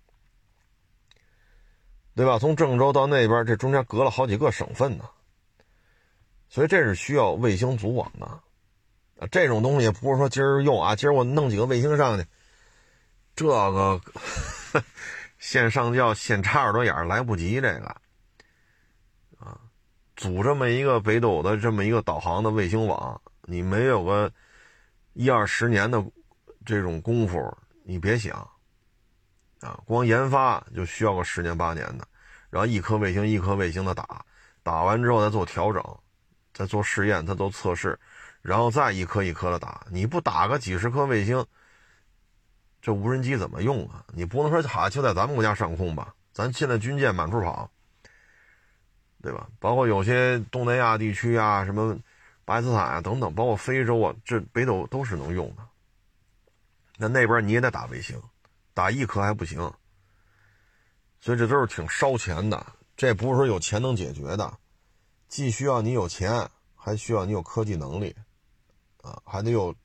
对吧？从郑州到那边，这中间隔了好几个省份呢，所以这是需要卫星组网的啊。这种东西也不是说今儿用啊，今儿我弄几个卫星上去，这个现上轿现插耳朵眼来不及，这个啊，组这么一个北斗的这么一个导航的卫星网，你没有个10-20年的这种功夫，你别想啊，光研发就需要个10年8年的，然后一颗卫星一颗卫星的打完之后再做调整，再做试验，再做测试，然后再一颗一颗的打。你不打个几十颗卫星，这无人机怎么用啊？你不能说好就在咱们国家上空吧，咱现在军舰满处跑，对吧？包括有些东南亚地区啊，什么巴基斯坦啊等等，包括非洲啊，这北斗都是能用的。那边你也得打卫星，打一颗还不行，所以这都是挺烧钱的，这不是说有钱能解决的，既需要你有钱，还需要你有科技能力啊，还得有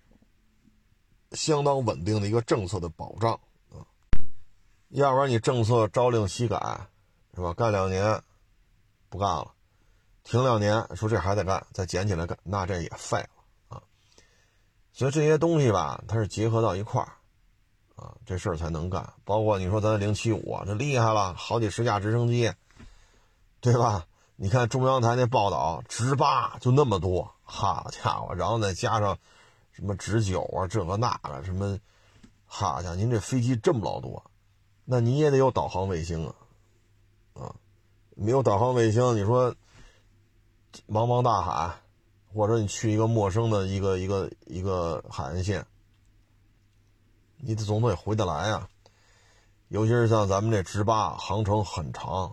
相当稳定的一个政策的保障啊，要不然你政策朝令夕改，是吧？干2年不干了，停2年说这还得干，再捡起来干，那这也废了啊。所以这些东西吧，它是结合到一块儿啊，这事儿才能干。包括你说咱075这厉害了，好几十架直升机，对吧？你看中央台那报道，直8就那么多，好家伙，然后再加上什么直9啊，这个那个什么，好家伙，您这飞机这么老多，那你也得有导航卫星啊，没有导航卫星，你说茫茫大海，或者你去一个陌生的一个海岸线，你总得回得来啊。尤其是像咱们这直8，航程很长，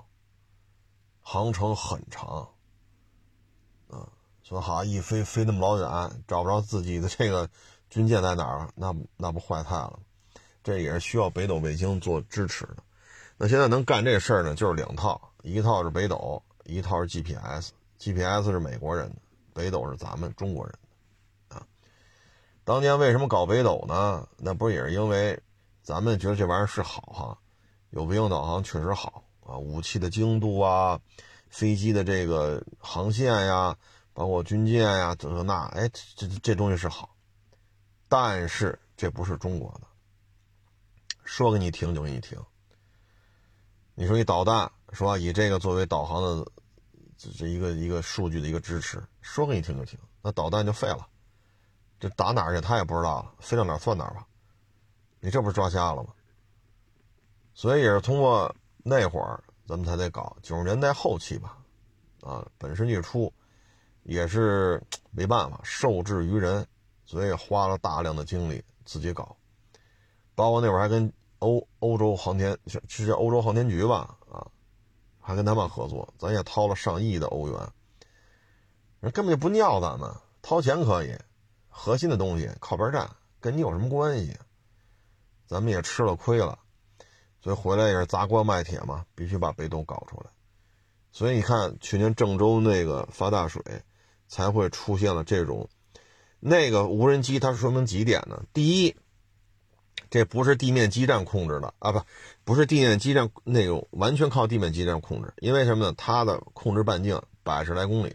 说好一飞那么老远，找不着自己的这个军舰在哪儿，那不坏太了。这也是需要北斗卫星做支持的。那现在能干这事儿呢，就是2套，一套是北斗，一套是 GPS 是美国人的，北斗是咱们中国人的啊。当年为什么搞北斗呢？那不是也是因为咱们觉得这玩意儿是好哈，有卫星导航确实好啊，武器的精度啊，飞机的这个航线呀，包括军舰呀，这那，哎，这东西是好，但是这不是中国的，说给你听就给你听。你说一导弹，说以这个作为导航的这一个数据的一个支持，说给你听就听，那导弹就废了，这打哪儿去他也不知道了，飞到哪儿算哪儿吧，你这不是抓瞎了吗？所以也是通过那会儿咱们才得搞，90年代后期吧，啊，本世纪初也是没办法，受制于人，所以花了大量的精力自己搞，包括那会儿还跟欧洲航天，是叫欧洲航天局吧，啊，还跟他们合作，咱也掏了上亿的欧元，人根本就不尿咱们，掏钱可以，核心的东西靠边站，跟你有什么关系？咱们也吃了亏了，所以回来也是砸锅卖铁嘛，必须把北斗搞出来。所以你看去年郑州那个发大水，才会出现了这种那个无人机，它说明几点呢？第一，这不是地面基站控制的啊，不是地面基站那种完全靠地面基站控制，因为什么呢？它的控制半径100来公里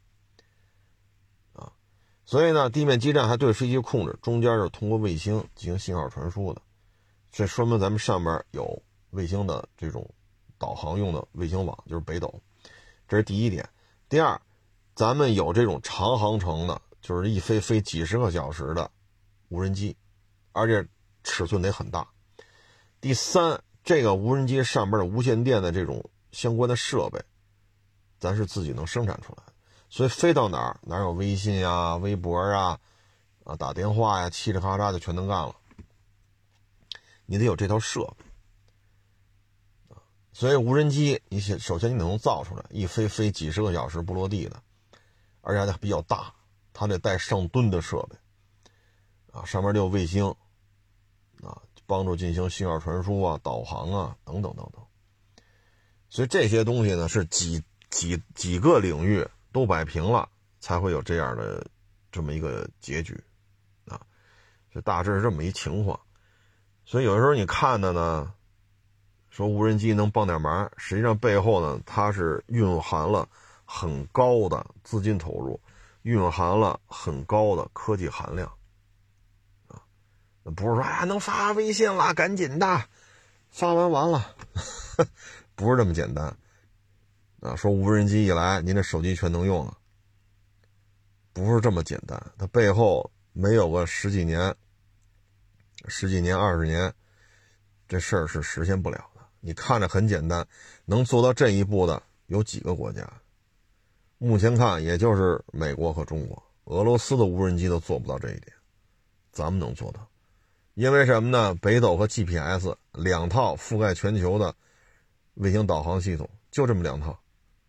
啊，所以呢，地面基站还对飞机控制，中间是通过卫星进行信号传输的，这说明咱们上面有卫星的这种导航用的卫星网，就是北斗，这是第一点。第二，咱们有这种长航程的，就是一飞几十个小时的无人机，而且尺寸得很大。第三，这个无人机上边的无线电的这种相关的设备，咱是自己能生产出来的，所以飞到哪儿有微信啊、微博啊、打电话呀，嘁哩咔嚓就全能干了。你得有这套设备， 所以无人机你首先你得能造出来，一飞几十个小时不落地的，而且还比较大，它得带上吨的设备啊，上面得有卫星啊，帮助进行信号传输啊、导航啊等等等等。所以这些东西呢是几个领域都摆平了，才会有这样的这么一个结局啊，就大致是这么一情况。所以有的时候你看的呢，说无人机能帮点忙，实际上背后呢，它是蕴含了很高的资金投入，蕴含了很高的科技含量啊，不是说啊能发微信了，赶紧的发完了，不是这么简单啊。说无人机一来，您的手机全能用了，不是这么简单，它背后没有个十几年、20年，这事儿是实现不了的。你看着很简单，能做到这一步的有几个国家？目前看也就是美国和中国，俄罗斯的无人机都做不到这一点，咱们能做到。因为什么呢？北斗和 GPS 2套覆盖全球的卫星导航系统，就这么2套，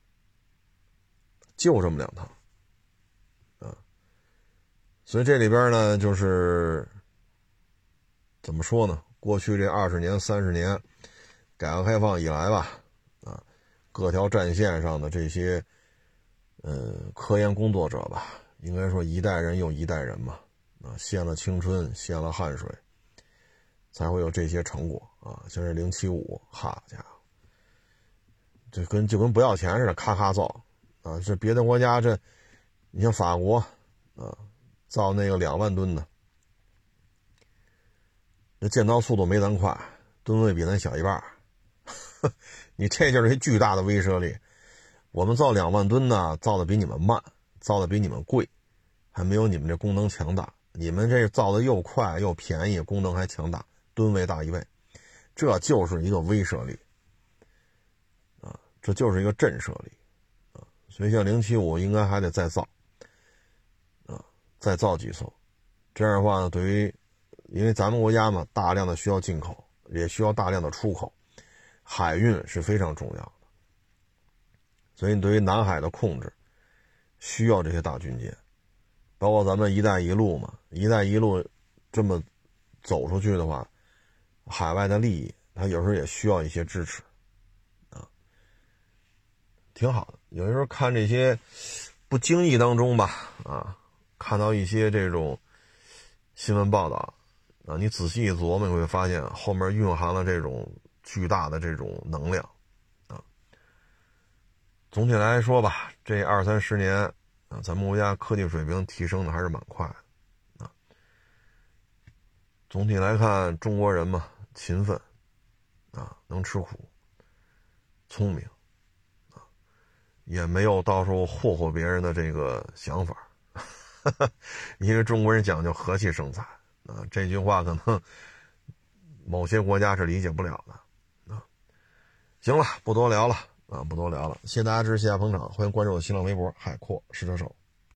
啊，所以这里边呢，就是怎么说呢？过去这20年、30年，改革开放以来吧，啊，各条战线上的这些，科研工作者吧，应该说一代人又一代人嘛，啊，献了青春，献了汗水，才会有这些成果啊。像是075，好家伙，就跟不要钱似的，咔咔造啊！这别的国家你像法国啊，造那个2万吨的，那建造速度没咱快，吨位比咱小一半。你这就是一巨大的威慑力。我们造2万吨呢，造的比你们慢，造的比你们贵，还没有你们这功能强大。你们这造的又快又便宜，功能还强大，吨位大1倍，这就是一个威慑力啊，这就是一个震慑力啊。所以像075应该还得再造啊，再造几艘。这样的话呢，对于因为咱们国家嘛，大量的需要进口，也需要大量的出口，海运是非常重要的。所以对于南海的控制，需要这些大军舰，包括咱们一带一路嘛，一带一路这么走出去的话，海外的利益，它有时候也需要一些支持啊，挺好的。有的时候看这些不经意当中吧，啊，看到一些这种新闻报道啊，你仔细一琢磨，你会发现后面蕴含了这种巨大的这种能量啊。总体来说吧，这20-30年啊，咱们国家科技水平提升的还是蛮快的啊。总体来看，中国人嘛，勤奋啊，能吃苦，聪明啊，也没有到时候霍别人的这个想法。因为中国人讲究和气生财啊，这句话可能某些国家是理解不了的啊。行了，不多聊了啊，不多聊了，谢谢大家支持，谢谢捧场，欢迎关注我的新浪微博海阔试车手。